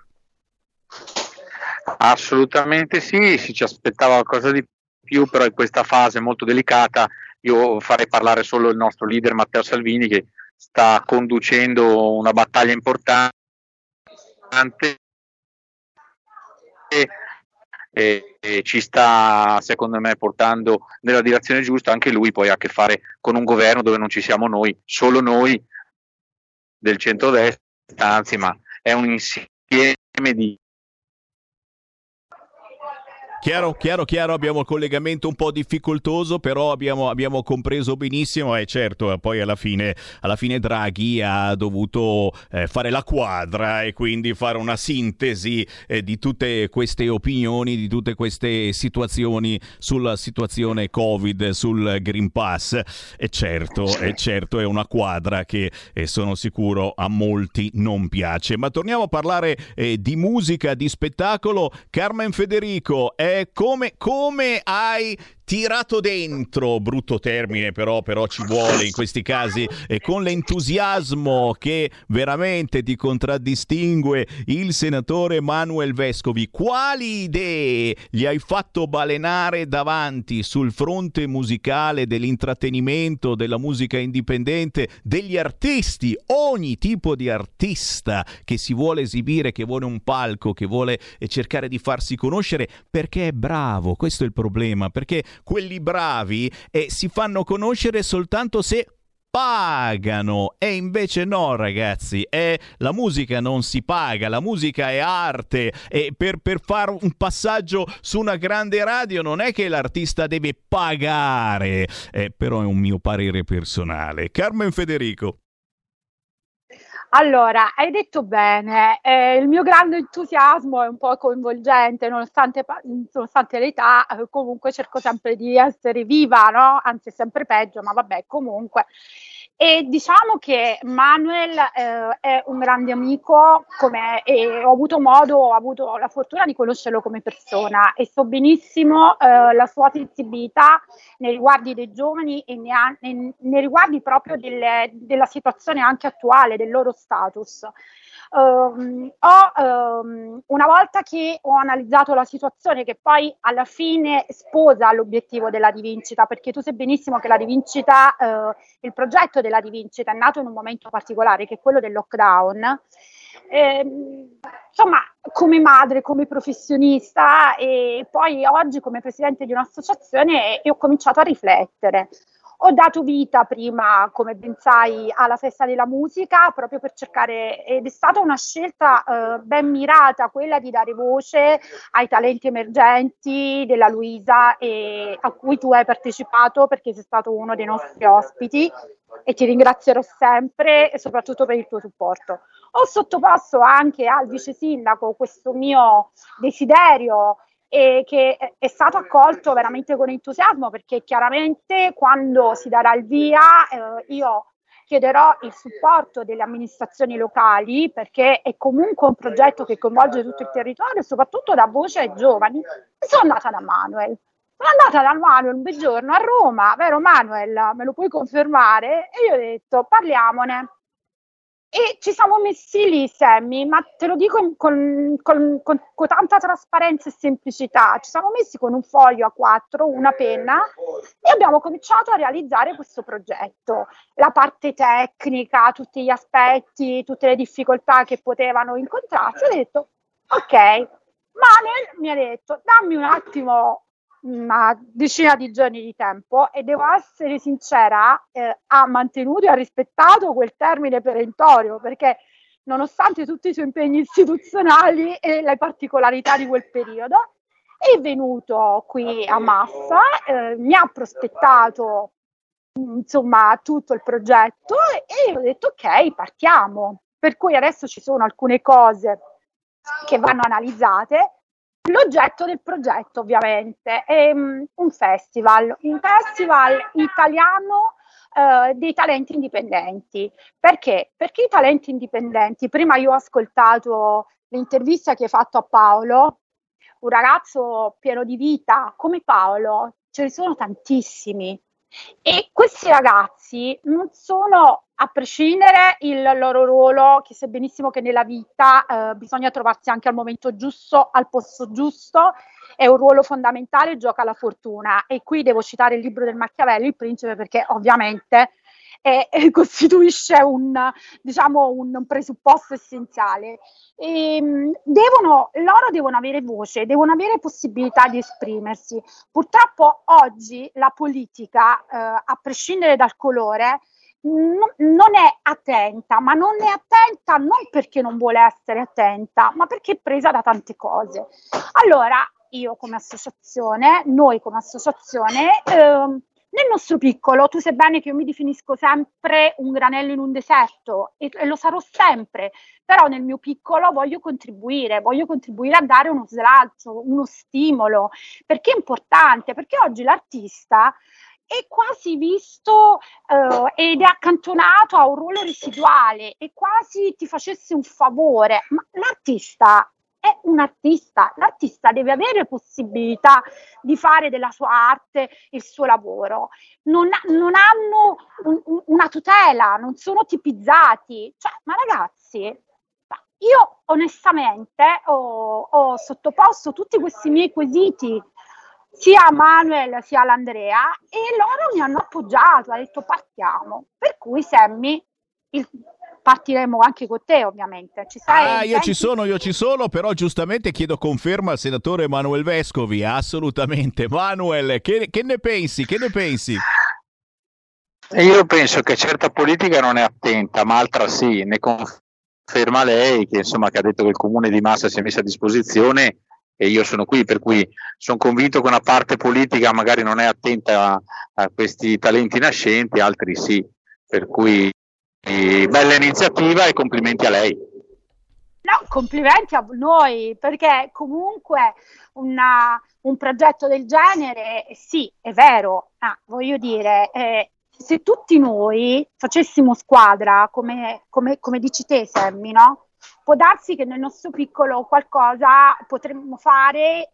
Assolutamente sì, ci aspettava qualcosa di più, però in questa fase molto delicata io farei parlare solo il nostro leader Matteo Salvini, che sta conducendo una battaglia importante e ci sta, secondo me, portando nella direzione giusta. Anche lui poi ha a che fare con un governo dove non ci siamo noi, solo noi del centrodestra, anzi, ma è un insieme di... Chiaro, abbiamo il collegamento un po' difficoltoso, però abbiamo compreso benissimo e certo, poi alla fine Draghi ha dovuto fare la quadra e quindi fare una sintesi di tutte queste opinioni, di tutte queste situazioni sulla situazione Covid, sul Green Pass. E certo, è una quadra che sono sicuro a molti non piace. Ma torniamo a parlare di musica, di spettacolo. Carmen Federico, come hai tirato dentro, brutto termine però ci vuole in questi casi, con l'entusiasmo che veramente ti contraddistingue, il senatore Manuel Vescovi? Quali idee gli hai fatto balenare davanti sul fronte musicale, dell'intrattenimento, della musica indipendente, degli artisti, ogni tipo di artista che si vuole esibire, che vuole un palco, che vuole cercare di farsi conoscere perché è bravo? Questo è il problema, perché quelli bravi si fanno conoscere soltanto se pagano, e invece no ragazzi, la musica non si paga, la musica è arte, e per fare un passaggio su una grande radio non è che l'artista deve pagare, però è un mio parere personale. Carmen Federico. Allora, hai detto bene, il mio grande entusiasmo è un po' coinvolgente, nonostante l'età, comunque cerco sempre di essere viva, no? Anzi, è sempre peggio, ma vabbè, comunque. E diciamo che Manuel è un grande amico, e ho avuto la fortuna di conoscerlo come persona e so benissimo la sua sensibilità nei riguardi dei giovani e nei riguardi proprio della situazione anche attuale, del loro status. Una volta che ho analizzato la situazione, che poi alla fine sposa l'obiettivo della Rivincita, perché tu sai benissimo che la Rivincita, il progetto della Rivincita è nato in un momento particolare, che è quello del lockdown. Insomma, come madre, come professionista e poi oggi come presidente di un'associazione, ho cominciato a riflettere. Ho dato vita prima, come ben sai, alla Festa della Musica, proprio per cercare, ed è stata una scelta ben mirata, quella di dare voce ai talenti emergenti della Luisa, e a cui tu hai partecipato perché sei stato uno dei nostri ospiti, e ti ringrazierò sempre e soprattutto per il tuo supporto. Ho sottoposto anche al vice sindaco questo mio desiderio, e che è stato accolto veramente con entusiasmo, perché chiaramente quando si darà il via io chiederò il supporto delle amministrazioni locali, perché è comunque un progetto che coinvolge tutto il territorio e soprattutto dà voce ai giovani. E sono andata da Manuel un bel giorno a Roma, vero Manuel? Me lo puoi confermare? E io ho detto parliamone. E ci siamo messi lì, Sammy, ma te lo dico con tanta trasparenza e semplicità. Ci siamo messi con un foglio A4, una penna, e abbiamo cominciato a realizzare questo progetto. La parte tecnica, tutti gli aspetti, tutte le difficoltà che potevano incontrarci. Ho detto, ok, Manuel mi ha detto, dammi un attimo una decina di giorni di tempo, e devo essere sincera, ha mantenuto e ha rispettato quel termine perentorio, perché nonostante tutti i suoi impegni istituzionali e le particolarità di quel periodo, è venuto qui a Massa, mi ha prospettato insomma tutto il progetto, e ho detto ok, partiamo. Per cui adesso ci sono alcune cose che vanno analizzate. L'oggetto del progetto ovviamente è un festival italiano dei talenti indipendenti. Perché? Perché i talenti indipendenti, prima io ho ascoltato l'intervista che hai fatto a Paolo, un ragazzo pieno di vita come Paolo, ce ne sono tantissimi, e questi ragazzi non sono, a prescindere il loro ruolo, che sai benissimo che nella vita bisogna trovarsi anche al momento giusto, al posto giusto, è un ruolo fondamentale, gioca la fortuna. E qui devo citare il libro del Machiavelli, Il Principe, perché ovviamente costituisce un presupposto essenziale. Loro devono avere voce, devono avere possibilità di esprimersi. Purtroppo oggi la politica, a prescindere dal colore, non è attenta, ma non è attenta non perché non vuole essere attenta, ma perché è presa da tante cose. Allora, io come associazione, noi come associazione, nel nostro piccolo, tu sai bene che io mi definisco sempre un granello in un deserto, e lo sarò sempre, però nel mio piccolo voglio contribuire a dare uno slancio, uno stimolo, perché è importante, perché oggi l'artista è quasi visto ed è accantonato a un ruolo residuale, e quasi ti facesse un favore, ma l'artista è un artista, l'artista deve avere possibilità di fare della sua arte il suo lavoro, non hanno una tutela, non sono tipizzati, cioè, ma ragazzi, io onestamente ho sottoposto tutti questi miei quesiti sia a Manuel sia all'Andrea, e loro mi hanno appoggiato, ha detto partiamo, per cui Sammy, partiremo anche con te ovviamente. Ci sei? Io ci sono, però giustamente chiedo conferma al senatore Manuel Vescovi, assolutamente. Manuel, che ne pensi? Io penso che certa politica non è attenta, ma altra sì, ne conferma lei, che insomma che ha detto che il comune di Massa si è messo a disposizione, e io sono qui, per cui sono convinto che una parte politica magari non è attenta a questi talenti nascenti, altri sì, per cui bella iniziativa e complimenti a lei. No, complimenti a noi, perché comunque un progetto del genere, sì, è vero, voglio dire, se tutti noi facessimo squadra, come dici te, Sammy, no? Può darsi che nel nostro piccolo qualcosa potremmo fare, e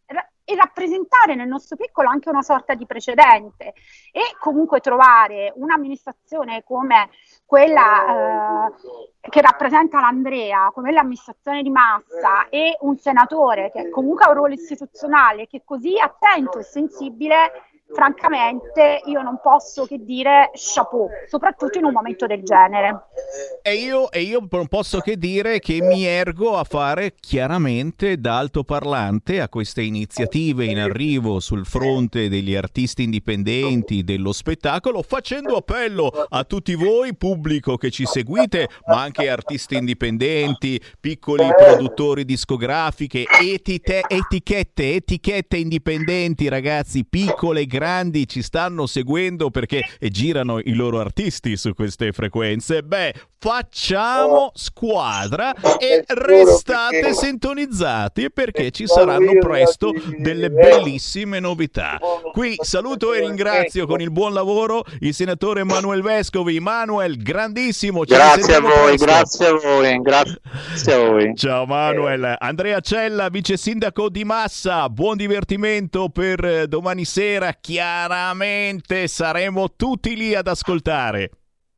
e rappresentare nel nostro piccolo anche una sorta di precedente, e comunque trovare un'amministrazione come quella che rappresenta l'Andrea, come l'amministrazione di Massa, e un senatore che comunque ha un ruolo istituzionale, che è così attento e sensibile, francamente io non posso che dire chapeau, soprattutto in un momento del genere. E io non posso che dire che mi ergo a fare chiaramente da altoparlante a queste iniziative in arrivo sul fronte degli artisti indipendenti, dello spettacolo, facendo appello a tutti voi, pubblico che ci seguite, ma anche artisti indipendenti, piccoli produttori discografiche, etichette indipendenti, ragazzi, piccole, grandi, ci stanno seguendo perché girano i loro artisti su queste frequenze. Beh, facciamo squadra e restate sintonizzati, perché ci saranno presto delle bellissime novità. Qui saluto e ringrazio con il buon lavoro il senatore Manuel Vescovi. Manuel, grandissimo, grazie a voi, grazie a voi. Ciao Manuel. Andrea Cella, vice sindaco di Massa, buon divertimento per domani sera, chiaramente saremo tutti lì ad ascoltare.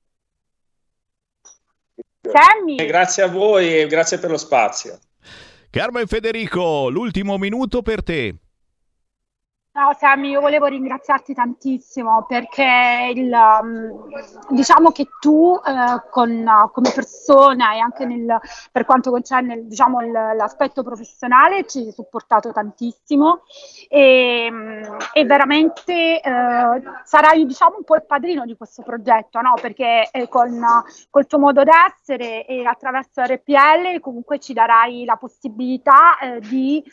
Sammy. Grazie a voi e grazie per lo spazio. Carmen Federico, l'ultimo minuto per te. No, Sammy, io volevo ringraziarti tantissimo, perché diciamo che tu come persona e anche per quanto concerne l'aspetto professionale ci hai supportato tantissimo, e veramente sarai un po' il padrino di questo progetto, no? Perché col tuo modo d'essere e attraverso RPL comunque ci darai la possibilità di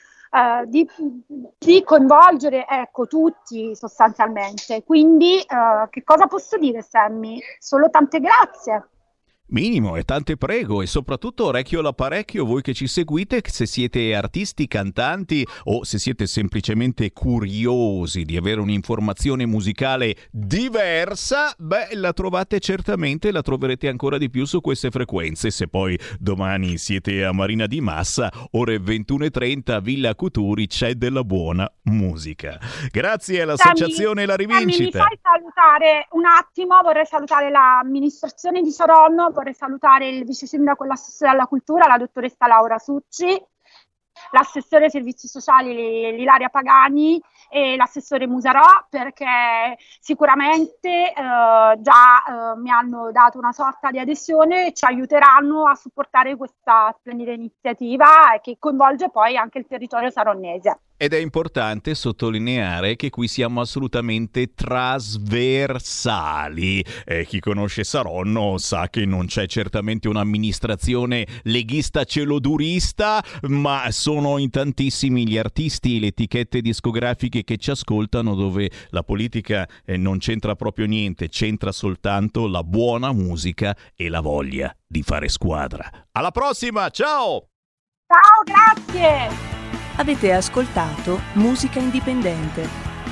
coinvolgere tutti sostanzialmente. Quindi che cosa posso dire, Sammy? Solo tante grazie. Minimo, e tante prego, e soprattutto orecchio all'apparecchio voi che ci seguite, se siete artisti, cantanti o se siete semplicemente curiosi di avere un'informazione musicale diversa, beh, la trovate certamente, la troverete ancora di più su queste frequenze. Se poi domani siete a Marina di Massa, ore 21:30, Villa Cuturi, c'è della buona musica. Grazie all'associazione La Rivincita. Mi fai salutare un attimo, vorrei salutare l'amministrazione di Saronno, vorrei salutare il vice sindaco e l'assessore alla cultura, la dottoressa Laura Succi, l'assessore ai servizi sociali Ilaria Pagani e l'assessore Musarò, perché sicuramente già mi hanno dato una sorta di adesione e ci aiuteranno a supportare questa splendida iniziativa che coinvolge poi anche il territorio saronnese. Ed è importante sottolineare che qui siamo assolutamente trasversali. Chi conosce Saronno sa che non c'è certamente un'amministrazione leghista celodurista, ma sono in tantissimi gli artisti e le etichette discografiche che ci ascoltano, dove la politica non c'entra proprio niente, c'entra soltanto la buona musica e la voglia di fare squadra. Alla prossima, ciao! Ciao, grazie! Avete ascoltato Musica Indipendente.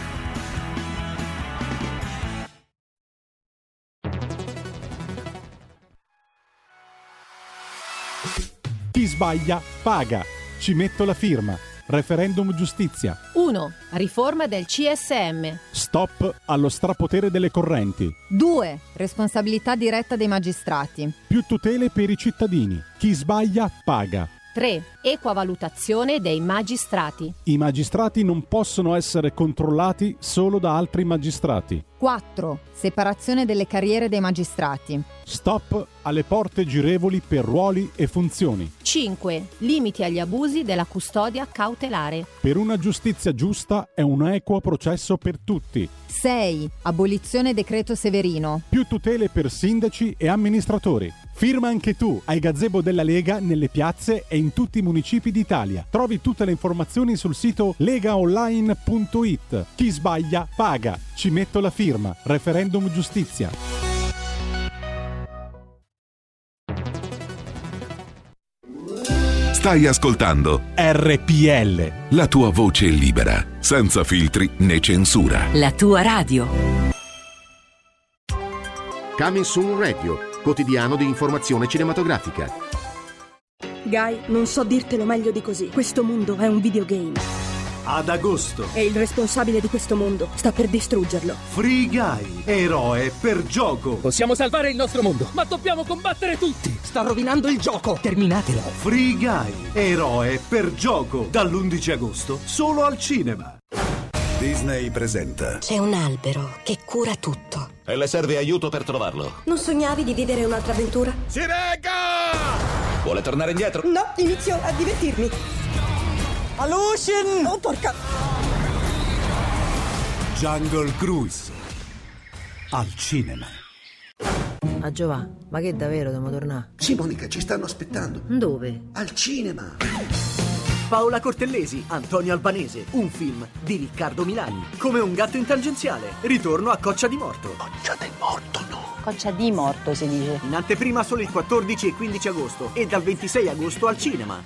Chi sbaglia paga. Ci metto la firma. Referendum giustizia. 1. Riforma del CSM. Stop allo strapotere delle correnti. 2. Responsabilità diretta dei magistrati. Più tutele per i cittadini. Chi sbaglia paga. 3. Equa valutazione dei magistrati. I magistrati non possono essere controllati solo da altri magistrati. 4. Separazione delle carriere dei magistrati. Stop alle porte girevoli per ruoli e funzioni. 5. Limiti agli abusi della custodia cautelare. Per una giustizia giusta e un equo processo per tutti. 6. Abolizione decreto Severino. Più tutele per sindaci e amministratori. Firma anche tu ai gazebo della Lega nelle piazze e in tutti i municipi d'Italia. Trovi tutte le informazioni sul sito legaonline.it. Chi sbaglia paga. Ci metto la firma. Referendum giustizia. Stai ascoltando RPL. La tua voce libera, senza filtri né censura. La tua radio. Coming Soon Radio, quotidiano di informazione cinematografica. Guy, non so dirtelo meglio di così. Questo mondo è un videogame. ad agosto. E il responsabile di questo mondo sta per distruggerlo. Free Guy, eroe per gioco. Possiamo salvare il nostro mondo, ma dobbiamo combattere tutti. Sta rovinando il gioco, terminatelo. Free Guy, eroe per gioco, dall'11 agosto solo al cinema. Disney presenta. C'è un albero che cura tutto. E le serve aiuto per trovarlo. Non sognavi di vivere un'altra avventura? Si regga! Vuole tornare indietro? No, inizio a divertirmi. Alucin! Oh, porca! Jungle Cruise al cinema. Ah Giova, ma che davvero dobbiamo tornare? Sì, Monica, ci stanno aspettando. Dove? Al cinema. Paola Cortellesi, Antonio Albanese, un film di Riccardo Milani. Come un gatto in tangenziale, ritorno a Coccia di Morto. Coccia del Morto, no. Coccia di Morto si dice. In anteprima solo il 14 e 15 agosto e dal 26 agosto al cinema.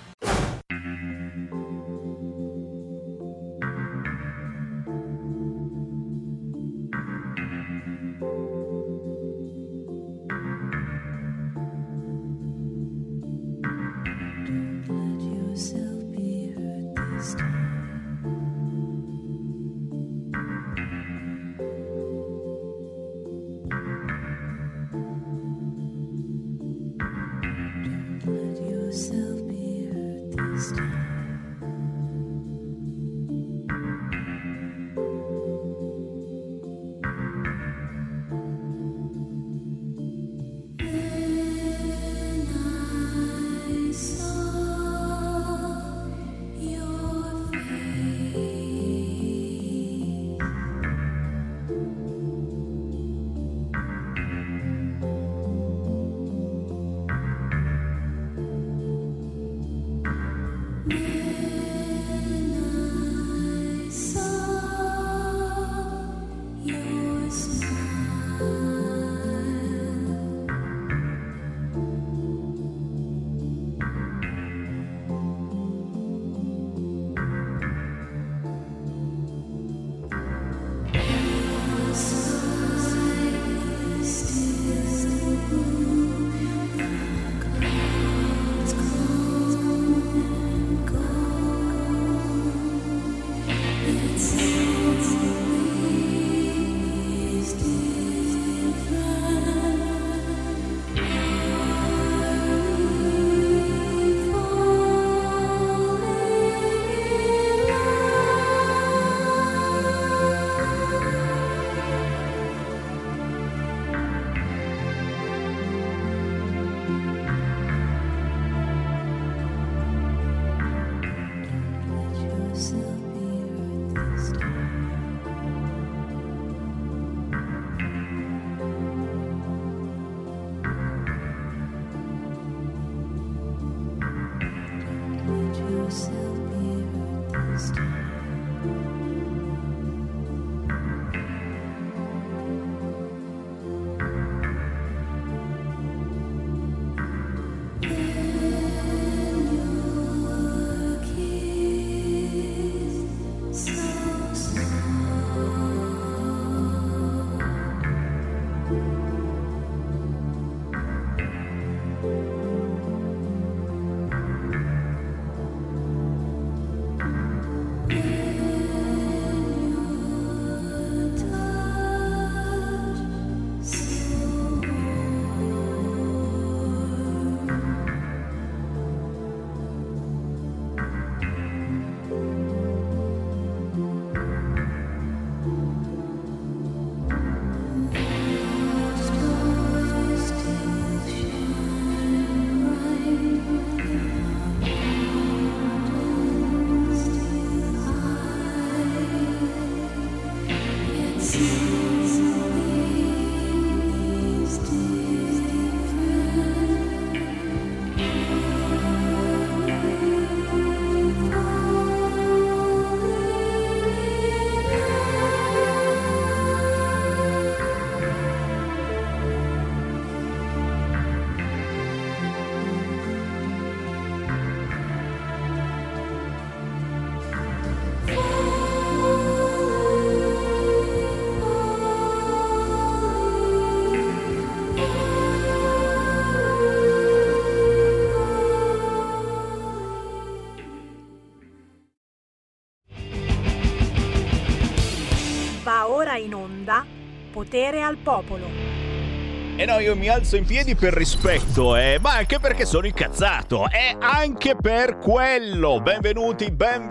ora in onda Potere al Popolo. E no, io mi alzo in piedi per rispetto, ma anche perché sono incazzato, anche per quello. Benvenuti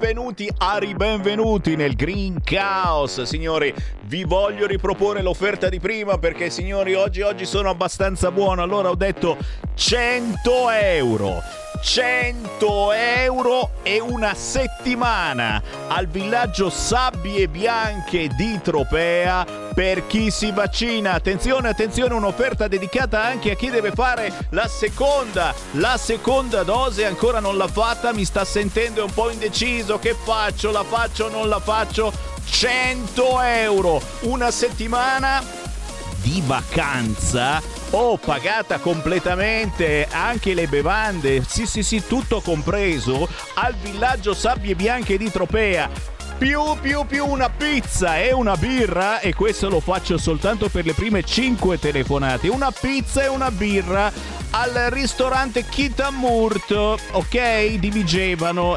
nel Green Chaos, signori. Vi voglio riproporre l'offerta di prima perché, signori, oggi sono abbastanza buono. Allora ho detto 100 euro. 100 euro e una settimana al villaggio Sabbie Bianche di Tropea per chi si vaccina. Attenzione, un'offerta dedicata anche a chi deve fare la seconda dose, ancora non l'ha fatta, mi sta sentendo, è un po' indeciso, che faccio, la faccio, non la faccio? 100 euro, una settimana di vacanza pagata completamente, anche le bevande, sì, tutto compreso, al villaggio Sabbie Bianche di Tropea, più una pizza e una birra, e questo lo faccio soltanto per le prime 5 telefonate, una pizza e una birra al ristorante Chitamurt, ok? Di Vigevano,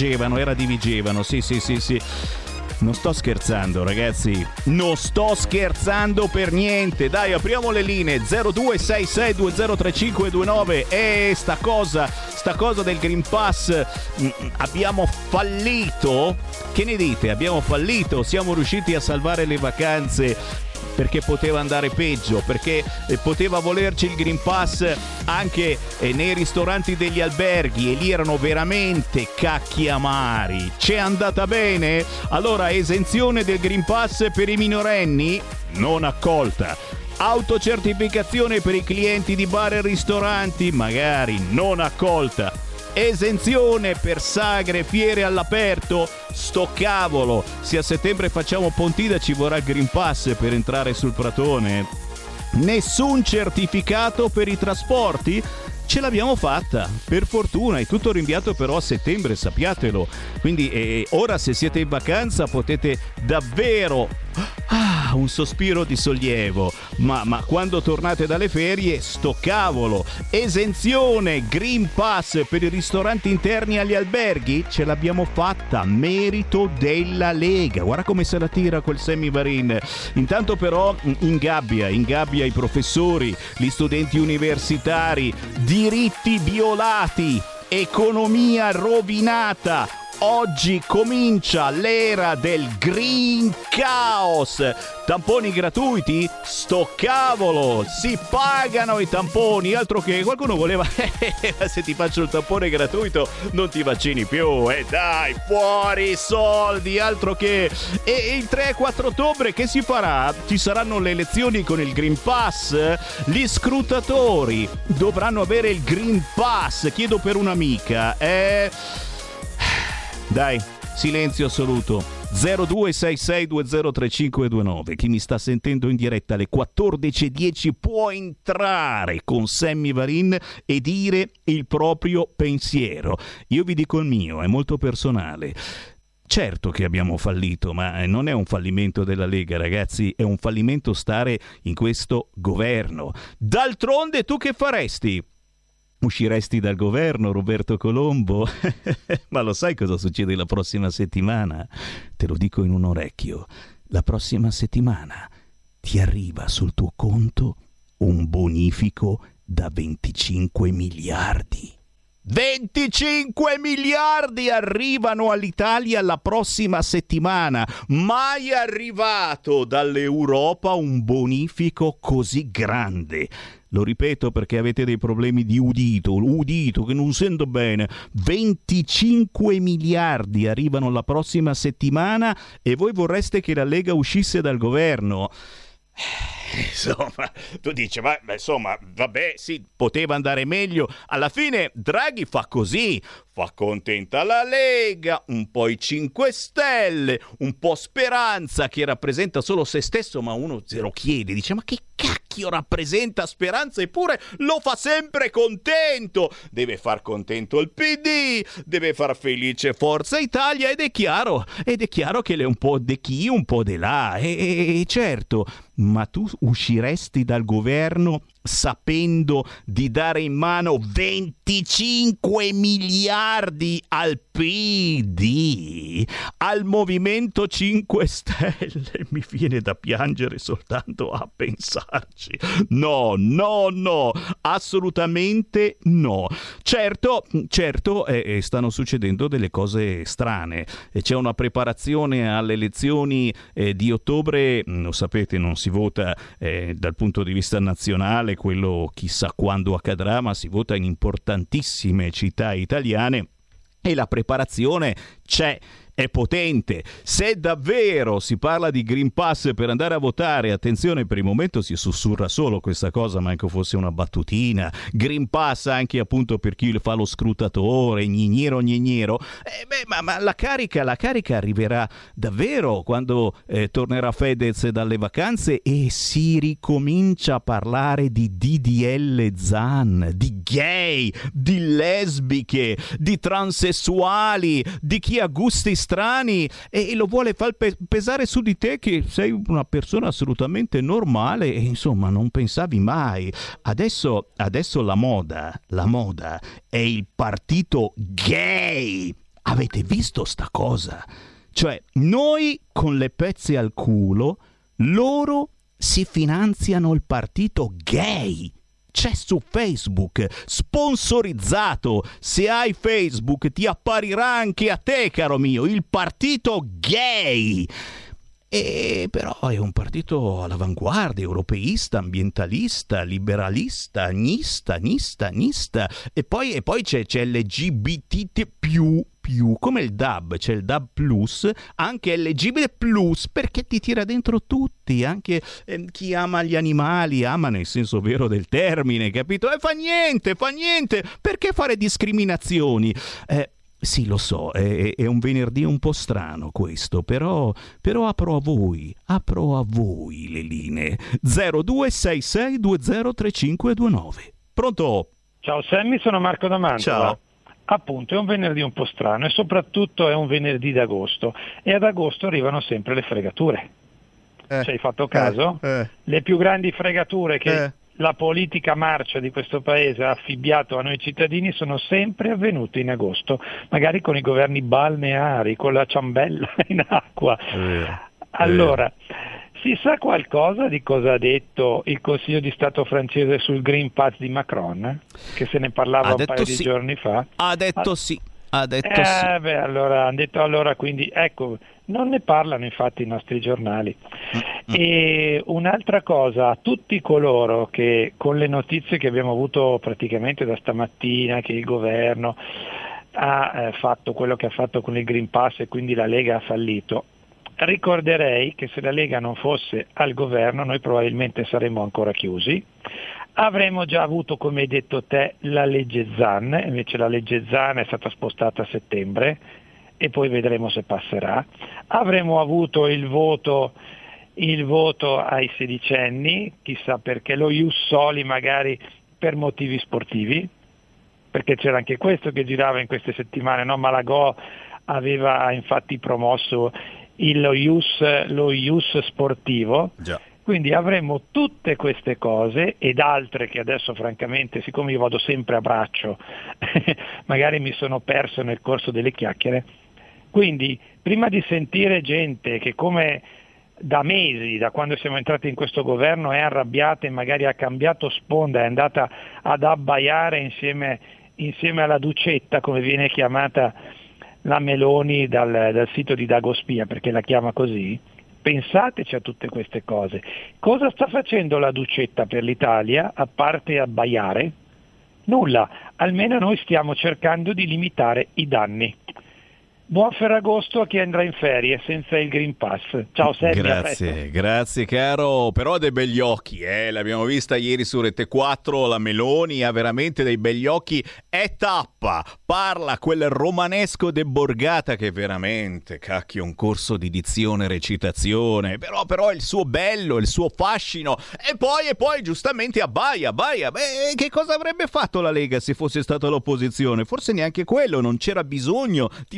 sì. Non sto scherzando, ragazzi, non sto scherzando per niente. Dai, apriamo le linee 0266203529. E sta cosa del Green Pass, abbiamo fallito? Che ne dite? Abbiamo fallito? Siamo riusciti a salvare le vacanze? Perché poteva andare peggio, perché poteva volerci il Green Pass anche nei ristoranti degli alberghi, e lì erano veramente cacchi amari. C'è andata bene? Allora, esenzione del Green Pass per i minorenni? Non accolta. Autocertificazione per i clienti di bar e ristoranti? Magari non accolta. Esenzione per sagre, fiere all'aperto? Sto cavolo, se a settembre facciamo Pontida ci vorrà il Green Pass per entrare sul Pratone. Nessun certificato per i trasporti? Ce l'abbiamo fatta, per fortuna, è tutto rinviato però a settembre, sappiatelo. Quindi ora, se siete in vacanza, potete davvero un sospiro di sollievo, ma quando tornate dalle ferie, sto cavolo. Esenzione Green Pass per i ristoranti interni agli alberghi? Ce l'abbiamo fatta, merito della Lega. Guarda come se la tira quel Sammy Varin. Intanto però ingabbia i professori, gli studenti universitari, diritti violati, economia rovinata. Oggi comincia l'era del Green Chaos. Tamponi gratuiti? Sto cavolo! Si pagano i tamponi, altro che qualcuno voleva se ti faccio il tampone gratuito non ti vaccini più, dai, fuori i soldi, altro che. E il 3 e 4 ottobre che si farà? Ci saranno le elezioni con il Green Pass? Gli scrutatori dovranno avere il Green Pass, chiedo per un'amica, Dai, silenzio assoluto. 0266203529. Chi mi sta sentendo in diretta alle 14:10 può entrare con Sammy Varin e dire il proprio pensiero. Io vi dico il mio, è molto personale. Certo che abbiamo fallito, ma non è un fallimento della Lega, ragazzi, è un fallimento stare in questo governo. D'altronde tu che faresti? Usciresti dal governo, Roberto Colombo? Ma lo sai cosa succede la prossima settimana? Te lo dico in un orecchio. La prossima settimana ti arriva sul tuo conto un bonifico da 25 miliardi. 25 miliardi arrivano all'Italia la prossima settimana. Mai arrivato dall'Europa un bonifico così grande. Lo ripeto perché avete dei problemi di udito che non sento bene. 25 miliardi arrivano la prossima settimana e voi vorreste che la Lega uscisse dal governo. Insomma, tu dici, ma insomma, vabbè, sì, poteva andare meglio. Alla fine Draghi fa così, fa contenta la Lega, un po' i 5 Stelle, un po' Speranza che rappresenta solo se stesso, ma uno se lo chiede, dice, ma che cacchio rappresenta Speranza, eppure lo fa sempre contento. Deve far contento il PD, deve far felice Forza Italia, ed è chiaro che è un po' de chi, un po' de là, e certo. Ma tu usciresti dal governo sapendo di dare in mano 25 miliardi al PD, al Movimento 5 Stelle. Mi viene da piangere soltanto a pensarci. No, assolutamente no. Certo, stanno succedendo delle cose strane. C'è una preparazione alle elezioni di ottobre. Lo sapete, non si vota dal punto di vista nazionale, quello chissà quando accadrà, ma si vota in importantissime città italiane e la preparazione c'è. È potente. Se davvero si parla di Green Pass per andare a votare, attenzione, per il momento si sussurra solo questa cosa, ma anche fosse una battutina. Green Pass anche appunto per chi fa lo scrutatore, gnignero. Ma la carica arriverà davvero quando tornerà Fedez dalle vacanze e si ricomincia a parlare di DDL Zan, di gay, di lesbiche, di transessuali, di chi ha gusti strani e lo vuole far pesare su di te che sei una persona assolutamente normale e insomma non pensavi mai. Adesso la moda è il partito gay. Avete visto sta cosa? Cioè, noi con le pezze al culo, loro si finanziano il partito gay. C'è su Facebook, sponsorizzato. Se hai Facebook ti apparirà anche a te, caro mio, il partito gay. E però è un partito all'avanguardia, europeista, ambientalista, liberalista, nista. E poi c'è LGBT più, come il DAB, c'è il DAB plus, anche LGBT plus, perché ti tira dentro tutti, anche chi ama gli animali, ama nel senso vero del termine, capito? E fa niente, perché fare discriminazioni? Sì, lo so, è un venerdì un po' strano questo, però apro a voi le linee. 0266203529. Pronto? Ciao Sammy, sono Marco da Mantova. Ciao. Appunto, è un venerdì un po' strano e soprattutto è un venerdì d'agosto e ad agosto arrivano sempre le fregature. Ci hai fatto caso? Le più grandi fregature che la politica marcia di questo paese ha affibbiato a noi cittadini sono sempre avvenute in agosto, magari con i governi balneari, con la ciambella in acqua. Allora, si sa qualcosa di cosa ha detto il Consiglio di Stato francese sul Green Pass di Macron? Che se ne parlava un paio di giorni fa. Ha detto sì. Allora, quindi ecco, non ne parlano infatti i nostri giornali. E un'altra cosa, tutti coloro che con le notizie che abbiamo avuto praticamente da stamattina, che il governo ha fatto quello che ha fatto con il Green Pass e quindi la Lega ha fallito, ricorderei che se la Lega non fosse al governo noi probabilmente saremmo ancora chiusi. Avremmo già avuto, come hai detto te, la legge Zan, invece la legge Zan è stata spostata a settembre e poi vedremo se passerà. Avremmo avuto il voto ai sedicenni, chissà perché, lo ius soli magari per motivi sportivi, perché c'era anche questo che girava in queste settimane, no? Malagò aveva infatti promosso lo ius sportivo. Già. Quindi avremo tutte queste cose ed altre che adesso francamente, siccome io vado sempre a braccio, magari mi sono perso nel corso delle chiacchiere. Quindi prima di sentire gente che come da mesi, da quando siamo entrati in questo governo, è arrabbiata e magari ha cambiato sponda, è andata ad abbaiare insieme alla Ducetta, come viene chiamata la Meloni dal sito di Dagospia, perché la chiama così. Pensateci a tutte queste cose. Cosa sta facendo la Ducetta per l'Italia, a parte abbaiare? Nulla, almeno noi stiamo cercando di limitare i danni. Buon Ferragosto a chi andrà in ferie senza il Green Pass. Ciao Sergio. Grazie caro, però ha dei begli occhi, l'abbiamo vista ieri su Rete 4, la Meloni ha veramente dei begli occhi, è tappa, parla quel romanesco de Borgata che veramente, cacchio, un corso di dizione e recitazione, però il suo bello, il suo fascino, e poi giustamente abbaia. Beh, che cosa avrebbe fatto la Lega se fosse stata l'opposizione? Forse neanche quello, non c'era bisogno, ti beccavi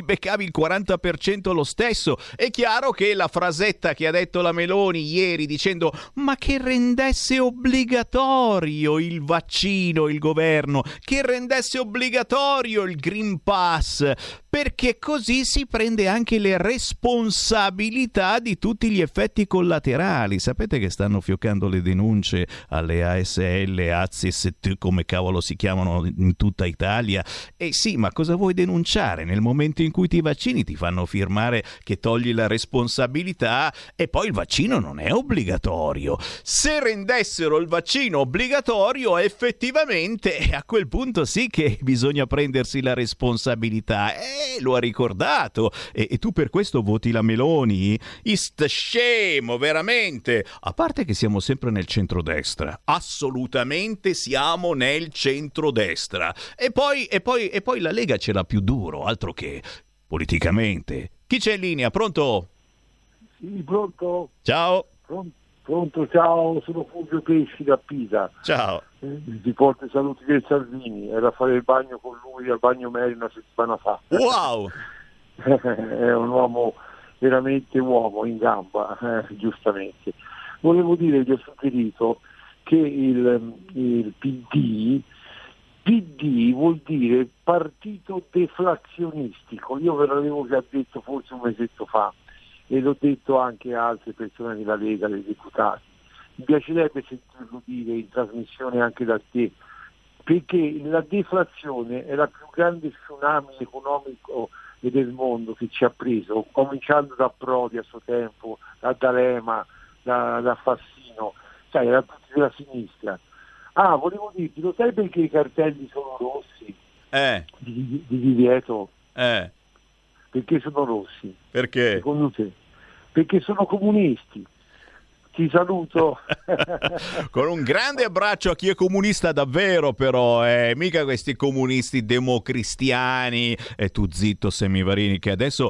pagavi il 40% lo stesso. È chiaro che la frasetta che ha detto la Meloni ieri dicendo ma che rendesse obbligatorio il vaccino il governo, che rendesse obbligatorio il Green Pass, perché così si prende anche le responsabilità di tutti gli effetti collaterali. Sapete che stanno fioccando le denunce alle ASL, AZST, come cavolo si chiamano in tutta Italia? E sì, ma cosa vuoi denunciare? Nel momento in cui ti vaccini ti fanno firmare che togli la responsabilità e poi il vaccino non è obbligatorio. Se rendessero il vaccino obbligatorio, effettivamente a quel punto sì che bisogna prendersi la responsabilità. Lo ha ricordato. E tu per questo voti la Meloni? Ist scemo, veramente. A parte che siamo sempre nel centrodestra. Assolutamente siamo nel centrodestra. E poi la Lega ce l'ha più duro, altro che politicamente. Chi c'è in linea? Pronto? Sì, pronto? Ciao. Pronto, ciao, sono Fulvio Pesci da Pisa. Ciao. Ti porto i saluti del Salvini, era a fare il bagno con lui al bagno Meri una settimana fa. Wow! È un uomo, veramente uomo, in gamba, giustamente. Volevo dire, gli ho suggerito che il PD vuol dire partito deflazionistico. Io ve l'avevo già detto forse un mesetto fa e l'ho detto anche a altre persone della Lega, dei deputati. Mi piacerebbe sentirlo dire in trasmissione anche da te, perché la deflazione è la più grande tsunami economico del mondo che ci ha preso, cominciando da Prodi a suo tempo, da D'Alema, da Fassino, sai, da tutti della sinistra. Ah, volevo dirti, lo sai perché i cartelli sono rossi? Di divieto? Perché sono rossi? Perché? Secondo te? Perché sono comunisti. Ti saluto. Con un grande abbraccio a chi è comunista davvero, però, mica questi comunisti democristiani. E tu zitto, Semivarini, che adesso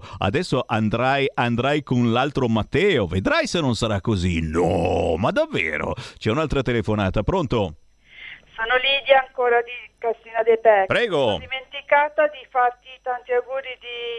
andrai con l'altro Matteo. Vedrai se non sarà così. No, ma davvero? C'è un'altra telefonata, pronto? Sono Lidia, ancora di Cassina de Pecco. Prego. Ho dimenticata di farti tanti auguri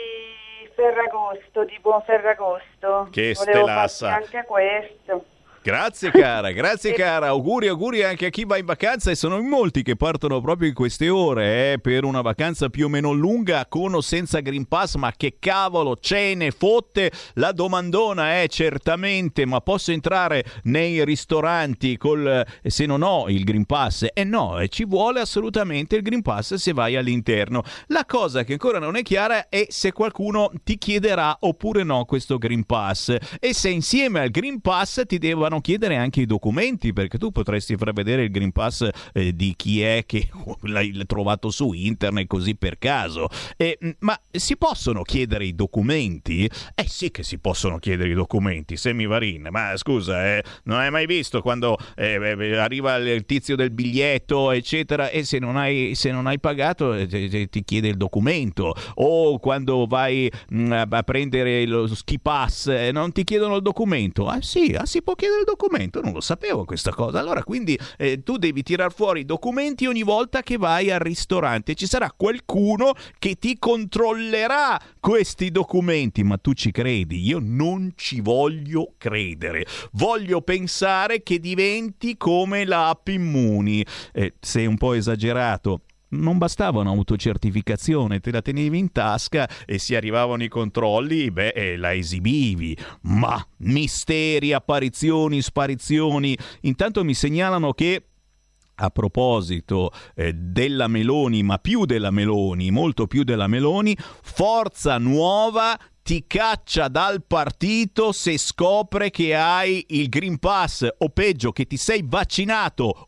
di Ferragosto, di buon Ferragosto. Che volevo stelassa. farti anche questo. Grazie cara, auguri anche a chi va in vacanza, e sono in molti che partono proprio in queste ore per una vacanza più o meno lunga, con o senza Green Pass. Ma che cavolo ce ne fotte? La domandona è certamente: ma posso entrare nei ristoranti se non ho il Green Pass? No, ci vuole assolutamente il Green Pass se vai all'interno. La cosa che ancora non è chiara è se qualcuno ti chiederà oppure no questo Green Pass, e se insieme al Green Pass ti devono chiedere anche i documenti, perché tu potresti far vedere il Green Pass di chi è che l'hai trovato su internet così per caso. Ma si possono chiedere i documenti? Sì che si possono chiedere i documenti, Semivarin. Ma scusa, non hai mai visto quando arriva il tizio del biglietto eccetera, e se non hai pagato ti chiede il documento, o quando vai a prendere lo ski pass non ti chiedono il documento? Si può chiedere il documento, non lo sapevo questa cosa. Allora quindi tu devi tirar fuori i documenti ogni volta che vai al ristorante. Ci sarà qualcuno che ti controllerà questi documenti. Ma tu ci credi? Io non ci voglio credere. Voglio pensare che diventi come l'app Immuni. Sei un po' esagerato. Non bastava un'autocertificazione, te la tenevi in tasca e se arrivavano i controlli, la esibivi. Ma misteri, apparizioni, sparizioni. Intanto mi segnalano che, a proposito della Meloni, ma più della Meloni, molto più della Meloni, Forza Nuova ti caccia dal partito se scopre che hai il Green Pass, o peggio che ti sei vaccinato.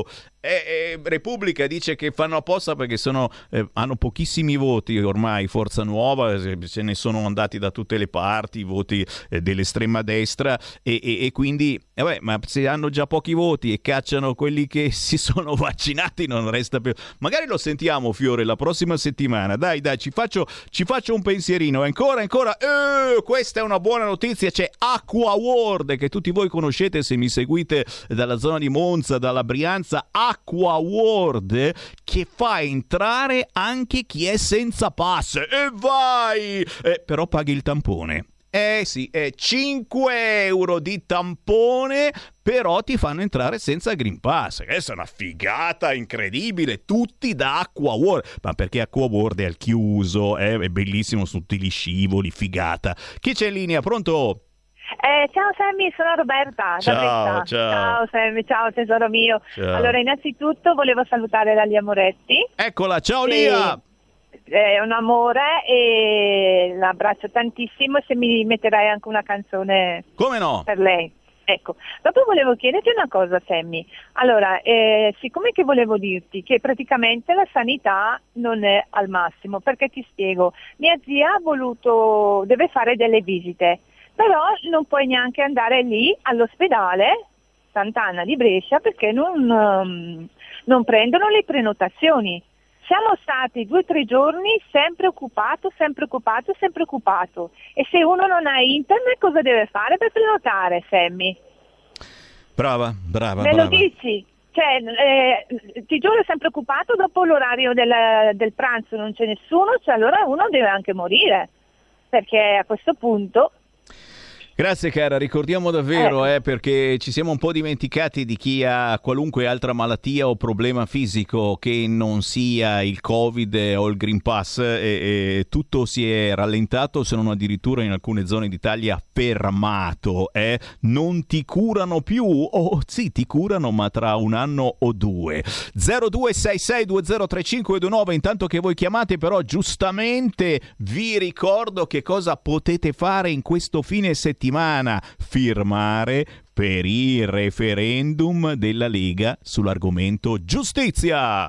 Repubblica dice che fanno apposta perché hanno pochissimi voti ormai. Forza Nuova, se ne sono andati da tutte le parti i voti dell'estrema destra, e quindi ma se hanno già pochi voti e cacciano quelli che si sono vaccinati, non resta più. Magari lo sentiamo, Fiore, la prossima settimana. Dai, ci faccio un pensierino. Ancora questa è una buona notizia. C'è Acqua World, che tutti voi conoscete se mi seguite dalla zona di Monza, dalla Brianza. Acqua Acqua World che fa entrare anche chi è senza pass. E vai! Però paghi il tampone. Sì, è 5 euro di tampone, però ti fanno entrare senza Green Pass. Questa è una figata incredibile, tutti da Acqua World. Ma perché Acqua World è al chiuso, è bellissimo su tutti gli scivoli, figata. Chi c'è in linea? Pronto? Ciao Sammy, sono Roberta. Ciao Sammy, ciao tesoro mio. Ciao. Allora, innanzitutto volevo salutare la Lia Moretti. Eccola, ciao Lia! È un amore e l'abbraccio tantissimo, se mi metterai anche una canzone. Come no? Per lei. Ecco, dopo volevo chiederti una cosa, Sammy. Allora, siccome che volevo dirti che praticamente la sanità non è al massimo, perché ti spiego, mia zia deve fare delle visite, però non puoi neanche andare lì all'ospedale Sant'Anna di Brescia perché non prendono le prenotazioni. Siamo stati 2 o 3 giorni sempre occupato. E se uno non ha internet cosa deve fare per prenotare, Sammy? Brava. Me lo dici? Cioè, ti giuro, è sempre occupato, dopo l'orario del pranzo non c'è nessuno, cioè allora uno deve anche morire, perché a questo punto... Grazie cara, ricordiamo davvero perché ci siamo un po' dimenticati di chi ha qualunque altra malattia o problema fisico che non sia il Covid o il Green Pass e tutto si è rallentato, se non addirittura in alcune zone d'Italia fermato. Non ti curano più, sì ti curano ma tra un anno o 2. 0266203529, intanto che voi chiamate però giustamente vi ricordo che cosa potete fare in questo fine settimana. Firmare per il referendum della Lega sull'argomento giustizia.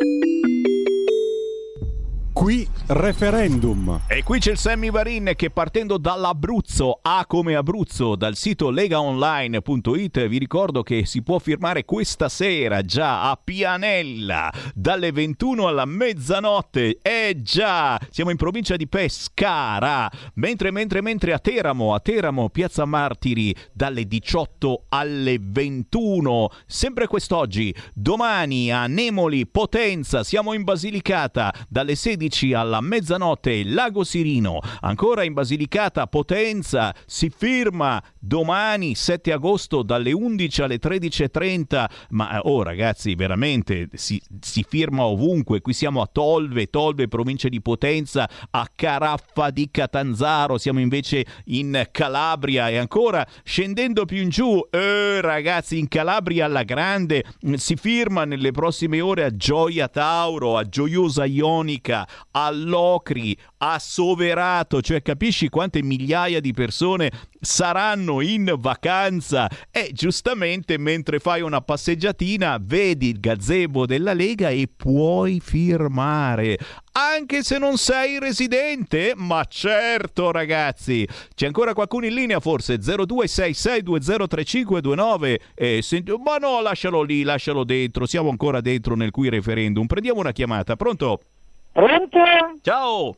Qui referendum. E qui c'è il Sammy Varin che partendo dall'Abruzzo, A come Abruzzo, dal sito legaonline.it, vi ricordo che si può firmare questa sera già a Pianella dalle 21 alla mezzanotte. Già, siamo in provincia di Pescara. Mentre a Teramo, Piazza Martiri dalle 18 alle 21. Sempre quest'oggi. Domani a Nemoli, Potenza, siamo in Basilicata dalle 16 alla mezzanotte, Lago Sirino. Ancora in Basilicata, Potenza, si firma domani 7 agosto dalle 11 alle 13.30. Ma ragazzi, veramente si firma ovunque. Qui siamo a Tolve, provincia di Potenza, a Caraffa di Catanzaro, siamo invece in Calabria. E ancora scendendo più in giù, ragazzi, in Calabria alla grande si firma nelle prossime ore a Gioia Tauro, a Gioiosa Ionica, a Locri, a Soverato. Cioè, capisci quante migliaia di persone saranno in vacanza? E giustamente mentre fai una passeggiatina vedi il gazebo della Lega e puoi firmare anche se non sei residente. Ma certo ragazzi, c'è ancora qualcuno in linea forse? 0266203529. Senti, ma no, lascialo lì, lascialo dentro, siamo ancora dentro nel qui referendum. Prendiamo una chiamata. Pronto? Pronto? Ciao.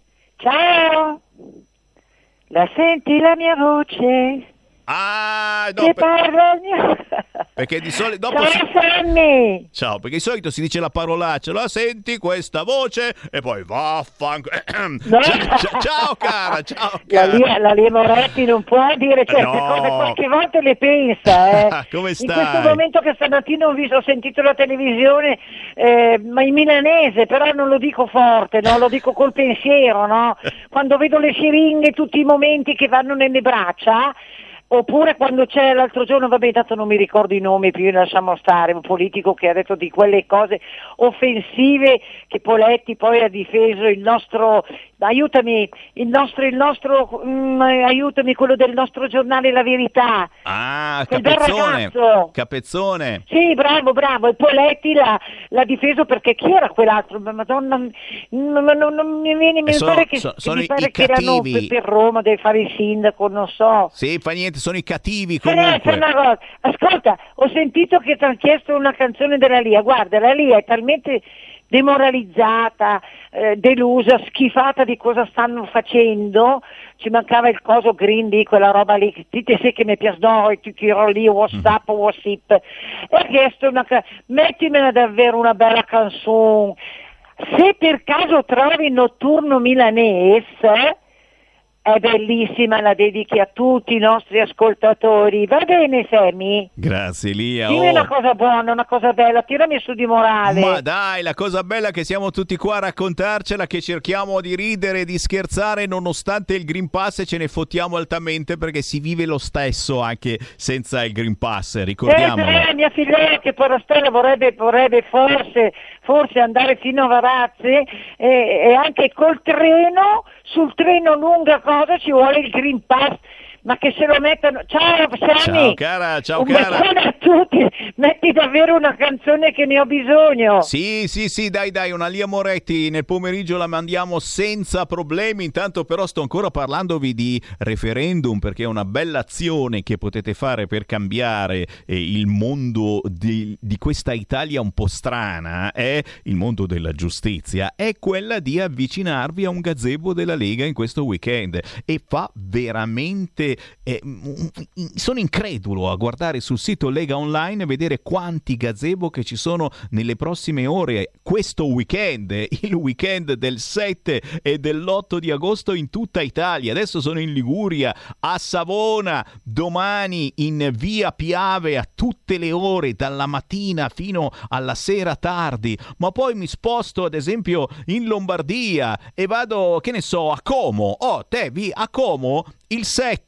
La senti la mia voce? No, che parla il mio... Perché di solito dopo Sammy! Ciao, perché di solito si dice la parolaccia, la senti questa voce e poi vaffanculo. Ciao cara, ciao cara. La Lia Moretti non può dire certe cose, qualche volta le pensa. Come stai? In questo momento che stamattina ho sentito la televisione, ma in milanese, però non lo dico forte, no? Lo dico col pensiero, no? Quando vedo le siringhe, tutti i momenti che vanno nelle braccia. Oppure quando c'è l'altro giorno, vabbè, tanto non mi ricordo i nomi più, lasciamo stare, un politico che ha detto di quelle cose offensive che Poletti poi ha difeso il nostro, aiutami, aiutami, quello del nostro giornale La Verità. Capezzone. Sì, bravo, e Poletti l'ha difeso perché chi era quell'altro? Madonna, non mi viene, mi pare che erano per Roma, deve fare il sindaco, non so. Sì, fa niente, sono i cattivi comunque. Ascolta, ho sentito che ti hanno chiesto una canzone della Lia. Guarda, la Lia è talmente demoralizzata, delusa, schifata di cosa stanno facendo, ci mancava il coso green lì, quella roba lì, dite sì che mi piace, no, e ti tiro lì, WhatsApp, e ha chiesto mettimela davvero una bella canzone. Se per caso trovi Notturno Milanese, è bellissima, la dedichi a tutti i nostri ascoltatori. Va bene, Sammy? Grazie, Lia. Dimmi una cosa buona, una cosa bella, tirami su di morale. Ma dai, la cosa bella è che siamo tutti qua a raccontarcela, che cerchiamo di ridere e di scherzare nonostante il Green Pass, e ce ne fottiamo altamente perché si vive lo stesso anche senza il Green Pass, ricordiamolo. Mia figlia che per Stella vorrebbe forse andare fino a Varazze e anche col treno, sul treno lunga cosa ci vuole il Green Pass, ma che se lo mettano. Ciao Sammy, ciao cara. Un bacione a tutti, metti davvero una canzone che ne ho bisogno. Sì, dai, una Lia Moretti nel pomeriggio la mandiamo senza problemi. Intanto però sto ancora parlandovi di referendum, perché è una bella azione che potete fare per cambiare il mondo di questa Italia un po' strana, è il mondo della giustizia, è quella di avvicinarvi a un gazebo della Lega in questo weekend, e fa veramente sono incredulo a guardare sul sito Lega Online e vedere quanti gazebo che ci sono nelle prossime ore questo weekend, il weekend del 7 e dell'8 di agosto in tutta Italia. Adesso sono in Liguria, a Savona, domani in via Piave a tutte le ore dalla mattina fino alla sera tardi, ma poi mi sposto ad esempio in Lombardia e vado, che ne so, a Como. A Como il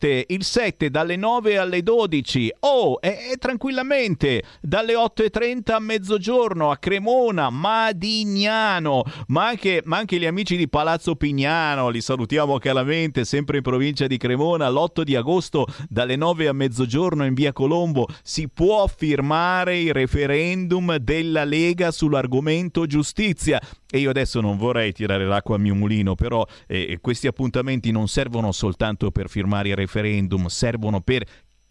7 dalle 9 alle 12, tranquillamente dalle 8:30 a mezzogiorno a Cremona, Madignano, ma anche gli amici di Palazzo Pignano, li salutiamo caramente, sempre in provincia di Cremona. L'8 di agosto dalle 9 a mezzogiorno in via Colombo si può firmare il referendum della Lega sull'argomento giustizia. E io adesso non vorrei tirare l'acqua al mio mulino, però questi appuntamenti non servono soltanto per firmare il referendum, servono per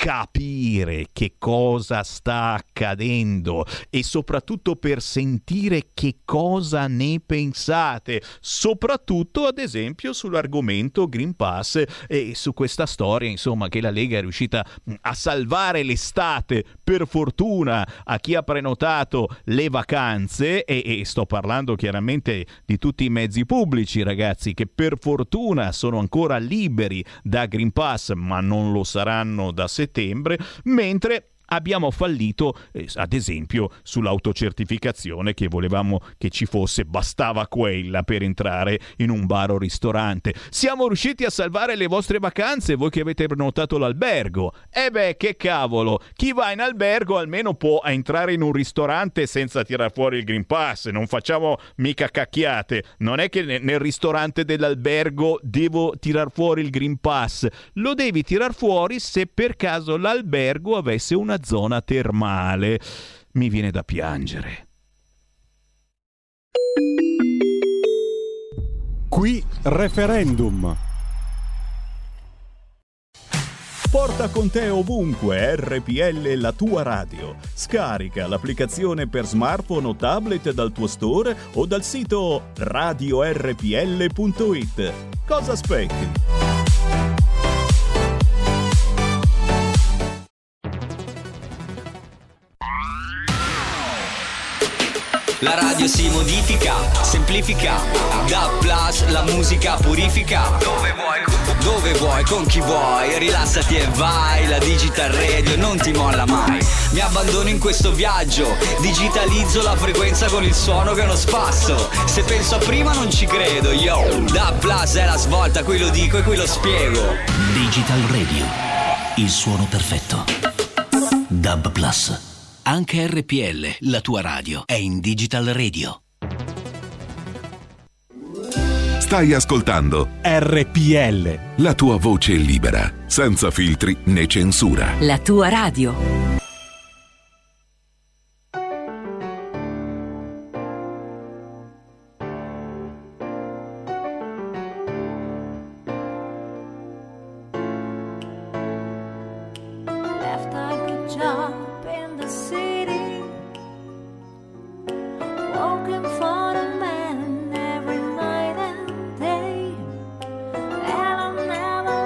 capire che cosa sta accadendo e soprattutto per sentire che cosa ne pensate, soprattutto ad esempio sull'argomento Green Pass e su questa storia, insomma, che la Lega è riuscita a salvare l'estate, per fortuna, a chi ha prenotato le vacanze, e sto parlando chiaramente di tutti i mezzi pubblici, ragazzi, che per fortuna sono ancora liberi da Green Pass, ma non lo saranno da settembre, mentre abbiamo fallito, ad esempio, sull'autocertificazione che volevamo che ci fosse, bastava quella per entrare in un bar o ristorante. Siamo riusciti a salvare le vostre vacanze, voi che avete prenotato l'albergo. Che cavolo, chi va in albergo almeno può entrare in un ristorante senza tirar fuori il Green Pass, non facciamo mica cacchiate. Non è che nel ristorante dell'albergo devo tirar fuori il Green Pass, lo devi tirar fuori se per caso l'albergo avesse una zona termale. Mi viene da piangere. Qui referendum. Porta con te ovunque RPL, la tua radio. Scarica l'applicazione per smartphone o tablet dal tuo store o dal sito radiorpl.it. Cosa aspetti? La radio si modifica, semplifica, da plus la musica purifica. Dove vuoi, con chi vuoi, rilassati e vai. La Digital Radio non ti molla mai. Mi abbandono in questo viaggio, digitalizzo la frequenza con il suono che è uno spasso. Se penso a prima non ci credo, yo. Da plus è la svolta, qui lo dico e qui lo spiego. Digital Radio, il suono perfetto. Dub Plus. Anche RPL, la tua radio, è in Digital Radio. Stai ascoltando RPL, la tua voce libera, senza filtri né censura. La tua radio. Never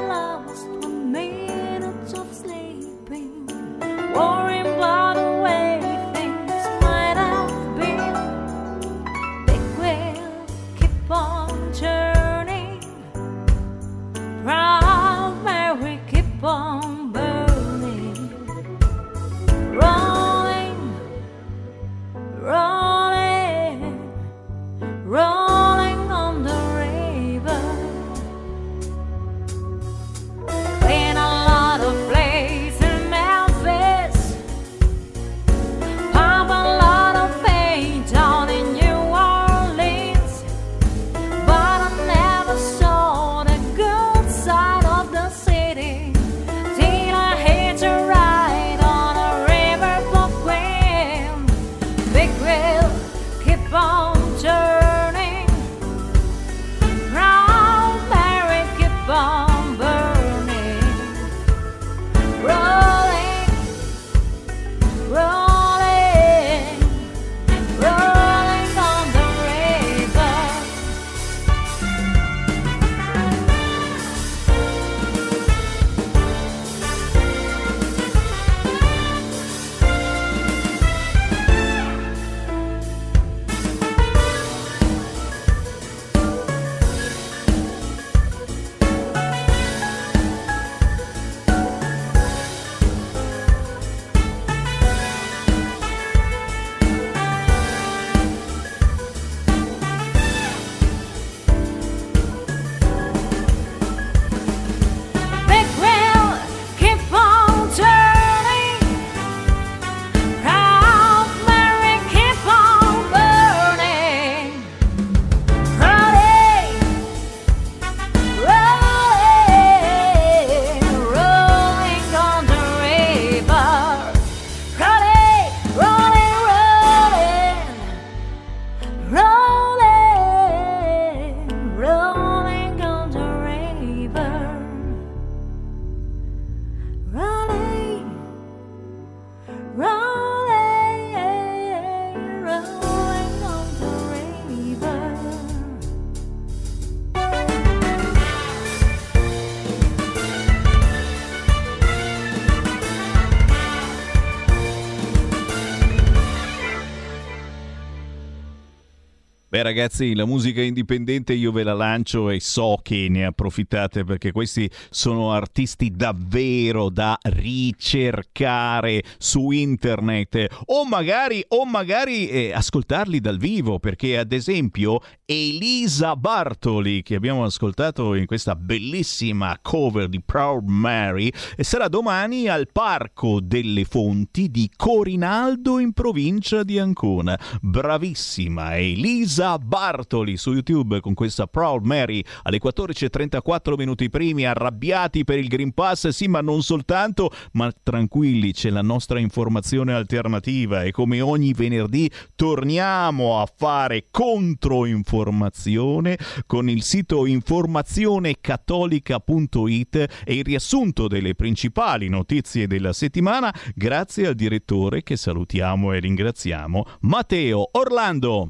Beh ragazzi, la musica indipendente io ve la lancio e so che ne approfittate, perché questi sono artisti davvero da ricercare su internet o magari ascoltarli dal vivo, perché ad esempio Elisa Bartoli, che abbiamo ascoltato in questa bellissima cover di Proud Mary, sarà domani al Parco delle Fonti di Corinaldo in provincia di Ancona. Bravissima Elisa Bartoli su YouTube con questa Proud Mary alle 14:34 minuti primi. Arrabbiati per il Green Pass, sì, ma non soltanto, ma tranquilli, c'è la nostra informazione alternativa e come ogni venerdì torniamo a fare controinformazione con il sito informazionecattolica.it e il riassunto delle principali notizie della settimana, grazie al direttore che salutiamo e ringraziamo, Matteo Orlando.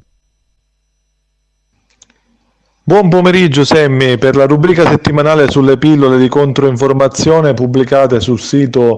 Buon pomeriggio Sammy, per la rubrica settimanale sulle pillole di controinformazione pubblicate sul sito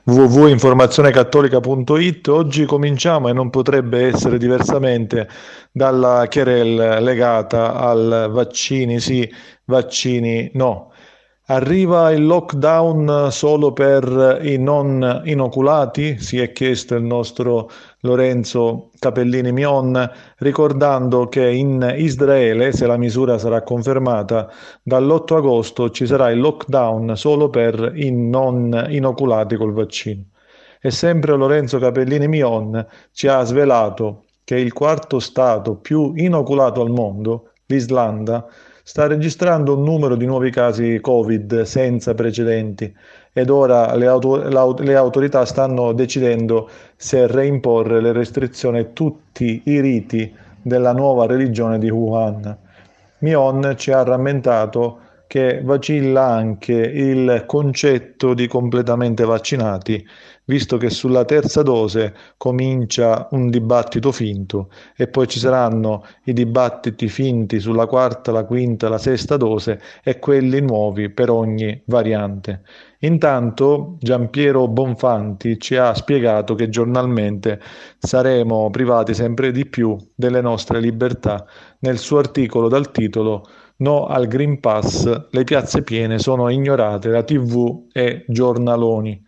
www.informazionecattolica.it. Oggi cominciamo, e non potrebbe essere diversamente, dalla querela legata al vaccini sì, vaccini no. Arriva il lockdown solo per i non inoculati? Si è chiesto il nostro Lorenzo Capellini Mion, ricordando che in Israele, se la misura sarà confermata, dall'8 agosto ci sarà il lockdown solo per i non inoculati col vaccino. E sempre Lorenzo Capellini Mion ci ha svelato che il quarto stato più inoculato al mondo, l'Islanda, sta registrando un numero di nuovi casi Covid senza precedenti ed ora le autorità stanno decidendo se reimporre le restrizioni a tutti i riti della nuova religione di Wuhan. Mion ci ha rammentato che vacilla anche il concetto di completamente vaccinati, visto che sulla terza dose comincia un dibattito finto e poi ci saranno i dibattiti finti sulla quarta, la quinta, la sesta dose e quelli nuovi per ogni variante. Intanto Giampiero Bonfanti ci ha spiegato che giornalmente saremo privati sempre di più delle nostre libertà nel suo articolo dal titolo "No al Green Pass, le piazze piene sono ignorate da TV e giornaloni".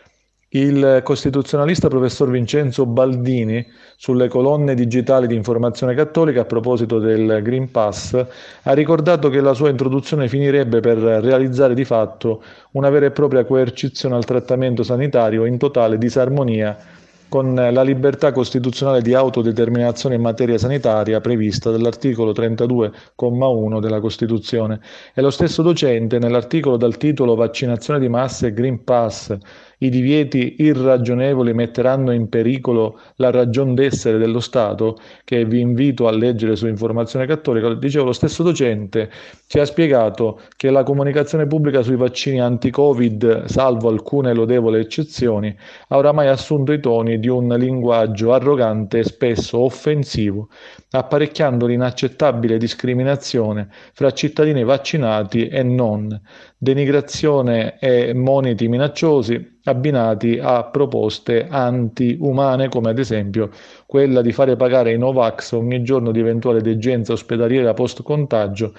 Il costituzionalista professor Vincenzo Baldini, sulle colonne digitali di Informazione Cattolica, a proposito del Green Pass, ha ricordato che la sua introduzione finirebbe per realizzare di fatto una vera e propria coercizione al trattamento sanitario in totale disarmonia con la libertà costituzionale di autodeterminazione in materia sanitaria prevista dall'articolo 32,1 della Costituzione. E lo stesso docente, nell'articolo dal titolo "Vaccinazione di massa e Green Pass, i divieti irragionevoli metteranno in pericolo la ragion d'essere dello Stato", che vi invito a leggere su Informazione Cattolica, dicevo, lo stesso docente ci ha spiegato che la comunicazione pubblica sui vaccini anti-Covid, salvo alcune lodevoli eccezioni, ha oramai assunto i toni di un linguaggio arrogante e spesso offensivo, apparecchiando l'inaccettabile discriminazione fra cittadini vaccinati e non, denigrazione e moniti minacciosi abbinati a proposte anti-umane, come ad esempio quella di fare pagare ai Novax ogni giorno di eventuale degenza ospedaliera post-contagio.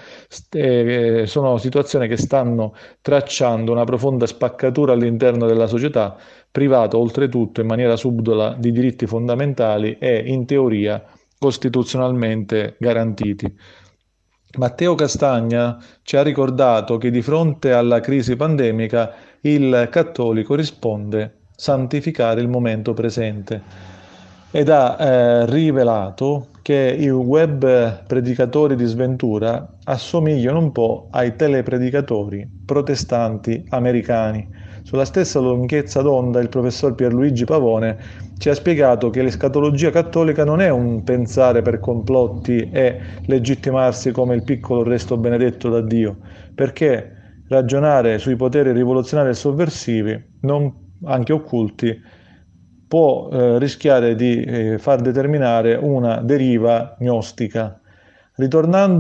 Sono situazioni che stanno tracciando una profonda spaccatura all'interno della società, privata oltretutto in maniera subdola di diritti fondamentali e in teoria costituzionalmente garantiti. Matteo Castagna ci ha ricordato che di fronte alla crisi pandemica il cattolico risponde santificare il momento presente ed ha rivelato che i web predicatori di sventura assomigliano un po' ai telepredicatori protestanti americani. Sulla stessa lunghezza d'onda il professor Pierluigi Pavone ci ha spiegato che l'escatologia cattolica non è un pensare per complotti e legittimarsi come il piccolo resto benedetto da Dio, perché ragionare sui poteri rivoluzionari e sovversivi, anche occulti, può rischiare di far determinare una deriva gnostica. Ritornando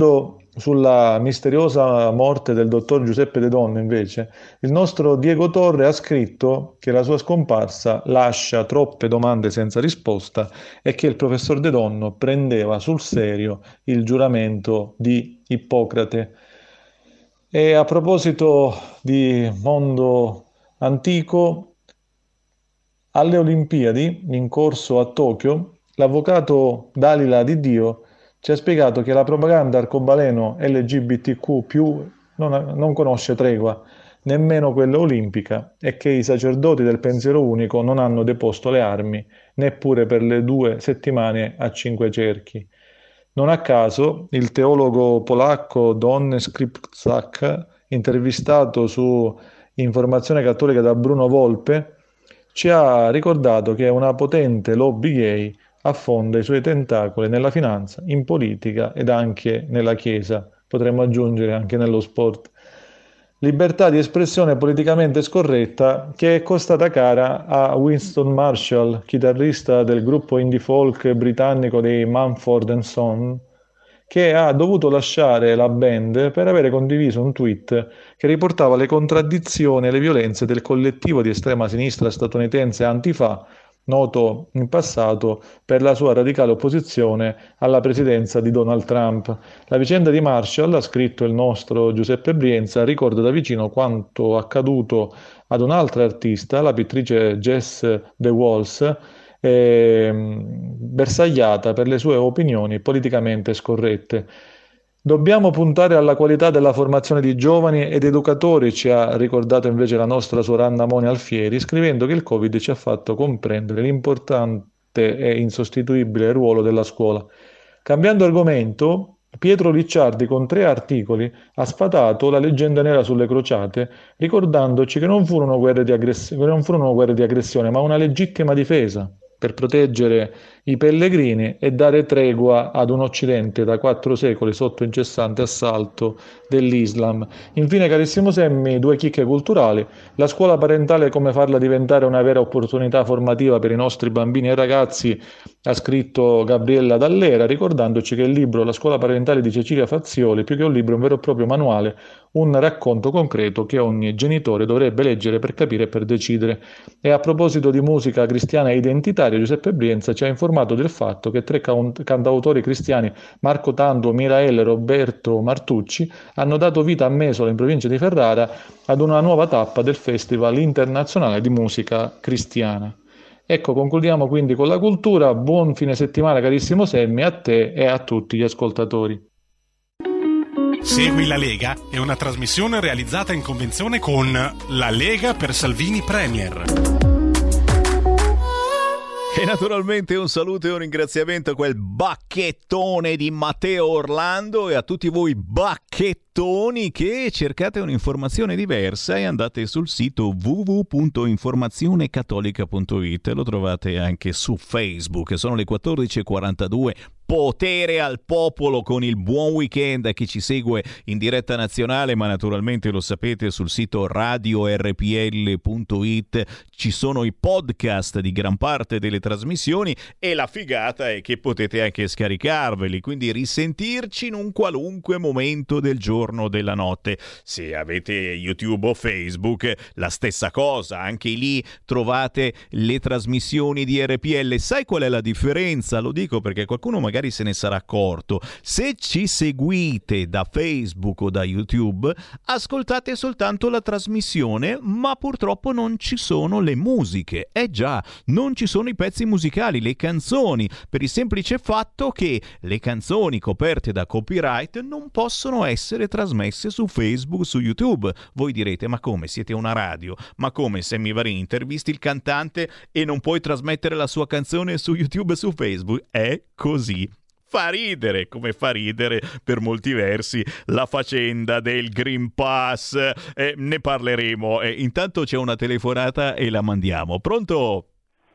sulla misteriosa morte del dottor Giuseppe De Donno, invece, il nostro Diego Torre ha scritto che la sua scomparsa lascia troppe domande senza risposta e che il professor De Donno prendeva sul serio il giuramento di Ippocrate. E a proposito di mondo antico, alle Olimpiadi in corso a Tokyo, l'avvocato Dalila Di Dio ci ha spiegato che la propaganda arcobaleno LGBTQ+, non conosce tregua, nemmeno quella olimpica, e che i sacerdoti del pensiero unico non hanno deposto le armi, neppure per le 2 settimane a 5 cerchi. Non a caso, il teologo polacco Don Skripczak, intervistato su Informazione Cattolica da Bruno Volpe, ci ha ricordato che una potente lobby gay affonda i suoi tentacoli nella finanza, in politica ed anche nella Chiesa, potremmo aggiungere anche nello sport. Libertà di espressione politicamente scorretta che è costata cara a Winston Marshall, chitarrista del gruppo indie folk britannico dei Mumford & Son, che ha dovuto lasciare la band per avere condiviso un tweet che riportava le contraddizioni e le violenze del collettivo di estrema sinistra statunitense Antifa, noto in passato per la sua radicale opposizione alla presidenza di Donald Trump. La vicenda di Marshall, ha scritto il nostro Giuseppe Brienza, ricorda da vicino quanto accaduto ad un'altra artista, la pittrice Jess De Walls, bersagliata per le sue opinioni politicamente scorrette. Dobbiamo puntare alla qualità della formazione di giovani ed educatori, ci ha ricordato invece la nostra suora Anna Moni Alfieri, scrivendo che il Covid ci ha fatto comprendere l'importante e insostituibile ruolo della scuola. Cambiando argomento, Pietro Licciardi con 3 articoli ha sfatato la leggenda nera sulle crociate, ricordandoci che non furono guerre di aggressione, ma una legittima difesa per proteggere i pellegrini e dare tregua ad un Occidente da 4 secoli sotto incessante assalto dell'Islam. Infine, carissimo Semmi, 2 chicche culturali. La scuola parentale, come farla diventare una vera opportunità formativa per i nostri bambini e ragazzi, ha scritto Gabriella Dallera, ricordandoci che il libro La scuola parentale di Cecilia Fazioli, più che un libro, è un vero e proprio manuale, un racconto concreto che ogni genitore dovrebbe leggere per capire e per decidere. E a proposito di musica cristiana e identitaria, Giuseppe Brienza ci ha informato del fatto che 3 cantautori cristiani, Marco Tanduo, Mirael e Roberto Martucci, hanno dato vita a Mesola, in provincia di Ferrara, ad una nuova tappa del Festival Internazionale di Musica Cristiana. Ecco, concludiamo quindi con la cultura. Buon fine settimana, carissimo Semmi, a te e a tutti gli ascoltatori. Segui la Lega è una trasmissione realizzata in convenzione con La Lega per Salvini Premier. E naturalmente un saluto e un ringraziamento a quel bacchettone di Matteo Orlando e a tutti voi bacchettoni che cercate un'informazione diversa e andate sul sito www.informazionecattolica.it. Lo trovate anche su Facebook. Sono le 14:42. Potere al popolo con il buon weekend a chi ci segue in diretta nazionale, ma naturalmente lo sapete sul sito radiorpl.it ci sono i podcast di gran parte delle trasmissioni e la figata è che potete anche scaricarveli, quindi risentirci in un qualunque momento del giorno o della notte. Se avete YouTube o Facebook, la stessa cosa, anche lì trovate le trasmissioni di RPL. Sai qual è la differenza? Lo dico perché qualcuno magari se ne sarà accorto. Se ci seguite da Facebook o da YouTube, ascoltate soltanto la trasmissione, ma purtroppo non ci sono le musiche. Già, non ci sono i pezzi musicali, le canzoni, per il semplice fatto che le canzoni coperte da copyright non possono essere trasmesse su Facebook, su YouTube. Voi direte, ma come, siete una radio? Ma come, Sammy Varin, intervisti il cantante e non puoi trasmettere la sua canzone su YouTube e su Facebook? È così. Fa ridere, come fa ridere per molti versi la faccenda del Green Pass. Ne parleremo. Intanto c'è una telefonata e la mandiamo. Pronto?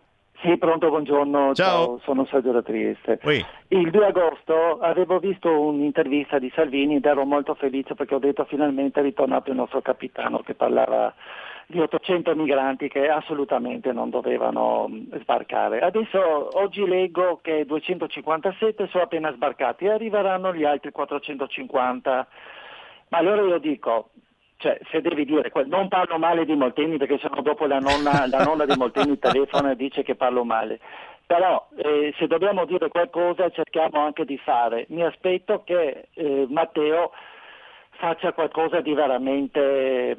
Sì, pronto, buongiorno. Ciao. Sono Sergio da Trieste. Oui. Il 2 agosto avevo visto un'intervista di Salvini ed ero molto felice perché ho detto finalmente è ritornato il nostro capitano che parlava di 800 migranti che assolutamente non dovevano sbarcare. Adesso oggi leggo che 257 sono appena sbarcati e arriveranno gli altri 450. Ma allora io dico, cioè, se devi dire, non parlo male di Molteni perché sennò dopo la nonna di Molteni telefona e dice che parlo male, però se dobbiamo dire qualcosa cerchiamo anche di fare. Mi aspetto che Matteo faccia qualcosa di veramente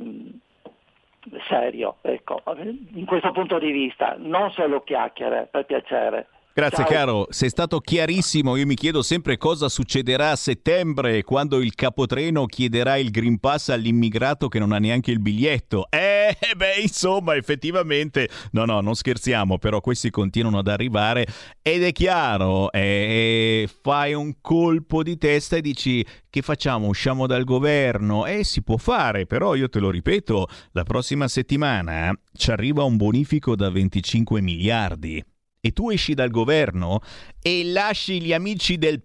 serio, ecco, in questo punto di vista, non solo chiacchiere, per piacere. Grazie. Ciao. Caro, sei stato chiarissimo. Io mi chiedo sempre cosa succederà a settembre quando il capotreno chiederà il Green Pass all'immigrato che non ha neanche il biglietto. Insomma, effettivamente, no, non scherziamo, però questi continuano ad arrivare ed è chiaro, fai un colpo di testa e dici che facciamo? Usciamo dal governo? Si può fare, però io te lo ripeto, la prossima settimana ci arriva un bonifico da 25 miliardi. E tu esci dal governo e lasci gli amici del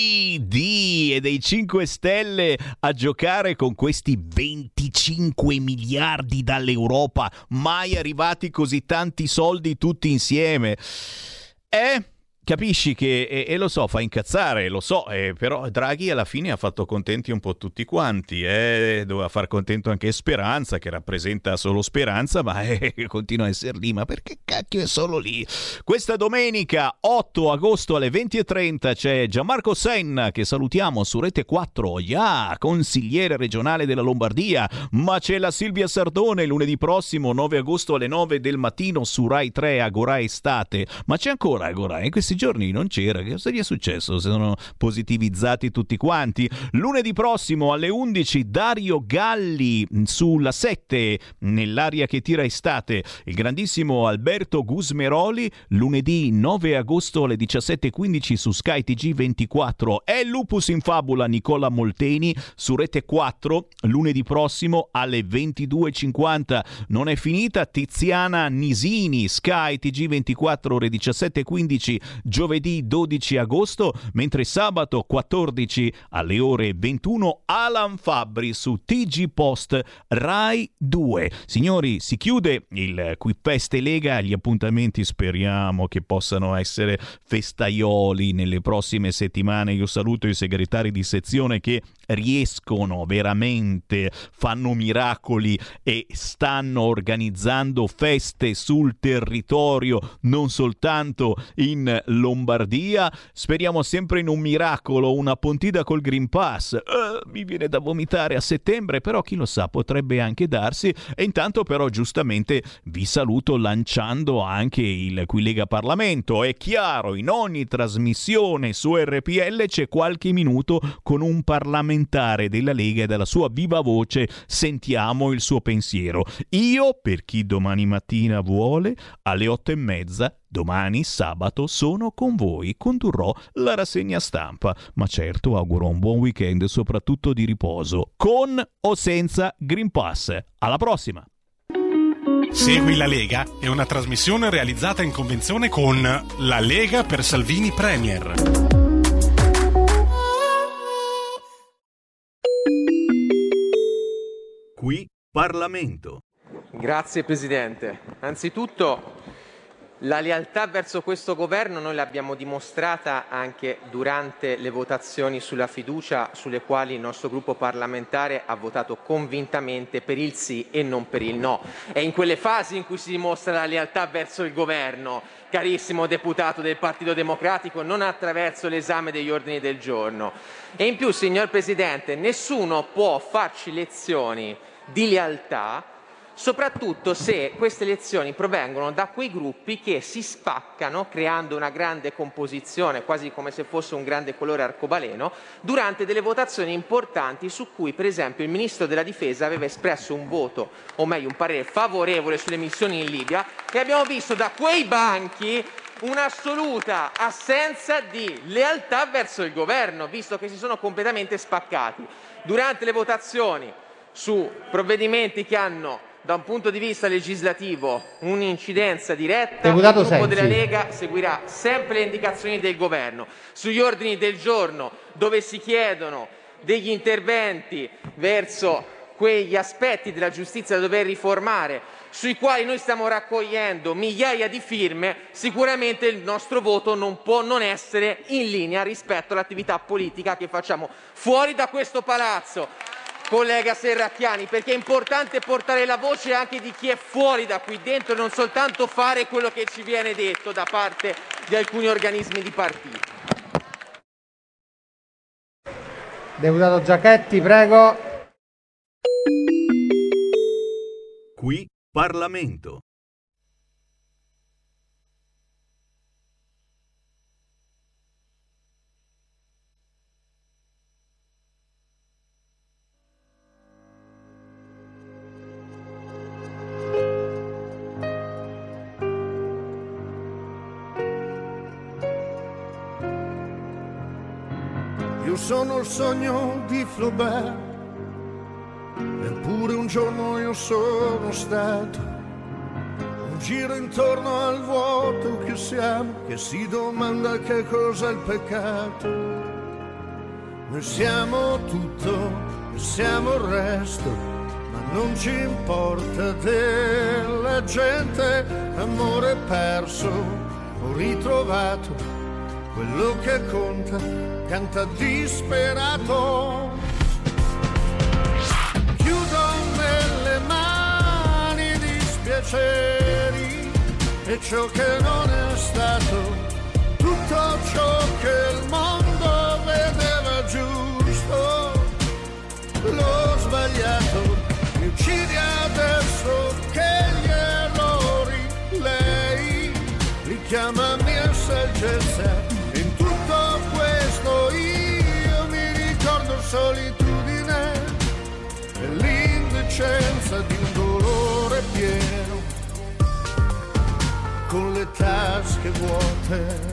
PD e dei 5 Stelle a giocare con questi 25 miliardi dall'Europa, mai arrivati così tanti soldi tutti insieme. Capisci che, e lo so, fa incazzare, lo so, però Draghi alla fine ha fatto contenti un po' tutti quanti, doveva far contento anche Speranza, che rappresenta solo Speranza, ma continua a essere lì, ma perché cacchio è solo lì? Questa domenica 8 agosto alle 20:30 c'è Gianmarco Senna, che salutiamo su Rete 4, consigliere regionale della Lombardia, ma c'è la Silvia Sardone lunedì prossimo 9 agosto alle 9 del mattino su Rai 3, Agorà Estate, ma c'è ancora Agorà, in questi giorni non c'era, che cosa gli è successo? Se sono positivizzati tutti quanti. Lunedì prossimo alle 11 Dario Galli sulla 7 nell'aria che tira estate, il grandissimo Alberto Gusmeroli lunedì 9 agosto alle 17:15 su Sky TG24 e Lupus in Fabula Nicola Molteni su Rete 4 lunedì prossimo alle 22:50. Non è finita, Tiziana Nisini Sky TG24 ore 17:15 giovedì 12 agosto, mentre sabato 14 alle ore 21 Alan Fabbri su TG Post Rai 2. Signori, si chiude il Qui Feste Lega, gli appuntamenti speriamo che possano essere festaioli nelle prossime settimane. Io saluto i segretari di sezione che riescono veramente, fanno miracoli e stanno organizzando feste sul territorio, non soltanto in Lombardia. Speriamo sempre in un miracolo, una Pontida col Green Pass. Mi viene da vomitare a settembre, però chi lo sa, potrebbe anche darsi. E intanto però giustamente vi saluto lanciando anche il Qui Lega Parlamento. È chiaro, in ogni trasmissione su RPL c'è qualche minuto con un parlamentare della Lega e dalla sua viva voce sentiamo il suo pensiero. Io, per chi domani mattina vuole, alle 8:30 domani sabato sono con voi, condurrò la rassegna stampa, ma certo auguro un buon weekend soprattutto di riposo, con o senza Green Pass. Alla prossima! Segui la Lega è una trasmissione realizzata in convenzione con La Lega per Salvini Premier. Qui Parlamento. Grazie Presidente. Anzitutto la lealtà verso questo governo noi l'abbiamo dimostrata anche durante le votazioni sulla fiducia, sulle quali il nostro gruppo parlamentare ha votato convintamente per il sì e non per il no. È in quelle fasi in cui si dimostra la lealtà verso il governo, carissimo deputato del Partito Democratico, non attraverso l'esame degli ordini del giorno. E in più, signor Presidente, nessuno può farci lezioni di lealtà, soprattutto se queste elezioni provengono da quei gruppi che si spaccano creando una grande composizione, quasi come se fosse un grande colore arcobaleno, durante delle votazioni importanti su cui, per esempio, il Ministro della Difesa aveva espresso un voto, o meglio un parere favorevole sulle missioni in Libia, e abbiamo visto da quei banchi un'assoluta assenza di lealtà verso il governo, visto che si sono completamente spaccati. Durante le votazioni su provvedimenti che hanno da un punto di vista legislativo un'incidenza diretta, Deputato il gruppo Sensi. della Lega seguirà sempre le indicazioni del Governo. Sugli ordini del giorno, dove si chiedono degli interventi verso quegli aspetti della giustizia da dover riformare, sui quali noi stiamo raccogliendo migliaia di firme, sicuramente il nostro voto non può non essere in linea rispetto all'attività politica che facciamo fuori da questo palazzo, collega Serracchiani, perché è importante portare la voce anche di chi è fuori da qui dentro e non soltanto fare quello che ci viene detto da parte di alcuni organismi di partito. Deputato Giachetti, prego. Qui Parlamento. Io sono il sogno di Flaubert, eppure un giorno io sono stato un giro intorno al vuoto che siamo, che si domanda che cos'è il peccato. Noi siamo tutto e siamo il resto, ma non ci importa della gente. Amore perso o ritrovato, quello che conta, canta disperato. Chiudo nelle mani dispiaceri e ciò che non è stato, tutto ciò che il mondo vedeva giusto. L'ho sbagliato, mi uccidi adesso che gli errori lei richiamami a saggezza. In tutto questo io mi ricordo solitudine e l'indecenza di un dolore pieno, con le tasche vuote.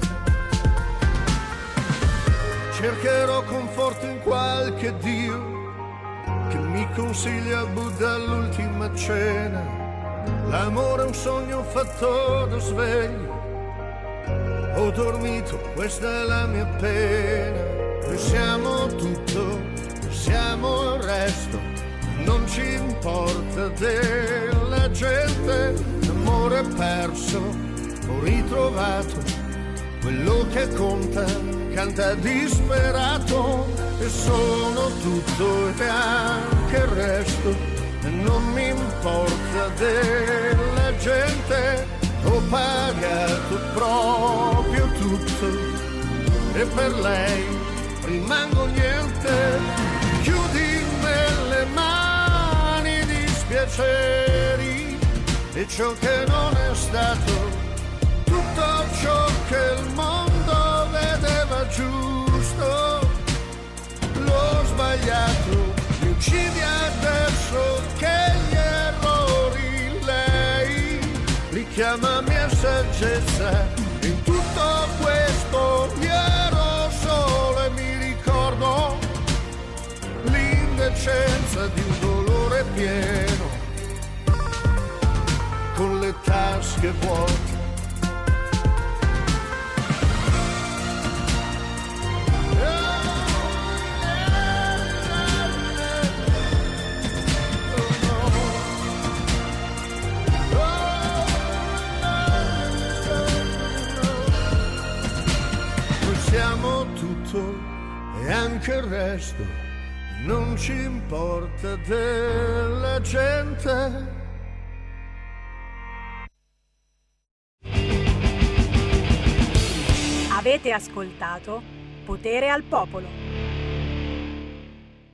Cercherò conforto in qualche Dio che mi consiglia Buddha all'ultima cena. L'amore è un sogno fatto da sveglio, ho dormito, questa è la mia pena. Noi siamo tutto, noi siamo il resto, non ci importa della gente. Amore perso o ritrovato, quello che conta, canta disperato. E sono tutto e anche il resto, e non mi importa della gente. Ho pagato proprio tutto e per lei rimango niente. Chiudi nelle mani dispiaceri e ciò che non è stato, tutto ciò che il mondo vedeva giusto. L'ho sbagliato, mi uccidi adesso che gli errori lei richiamami a saggezza. In tutto questo io ero solo e mi ricordo l'indecenza di un dolore pieno, con le tasche vuote. Siamo tutto e anche il resto, non ci importa della gente. Avete ascoltato Potere al Popolo.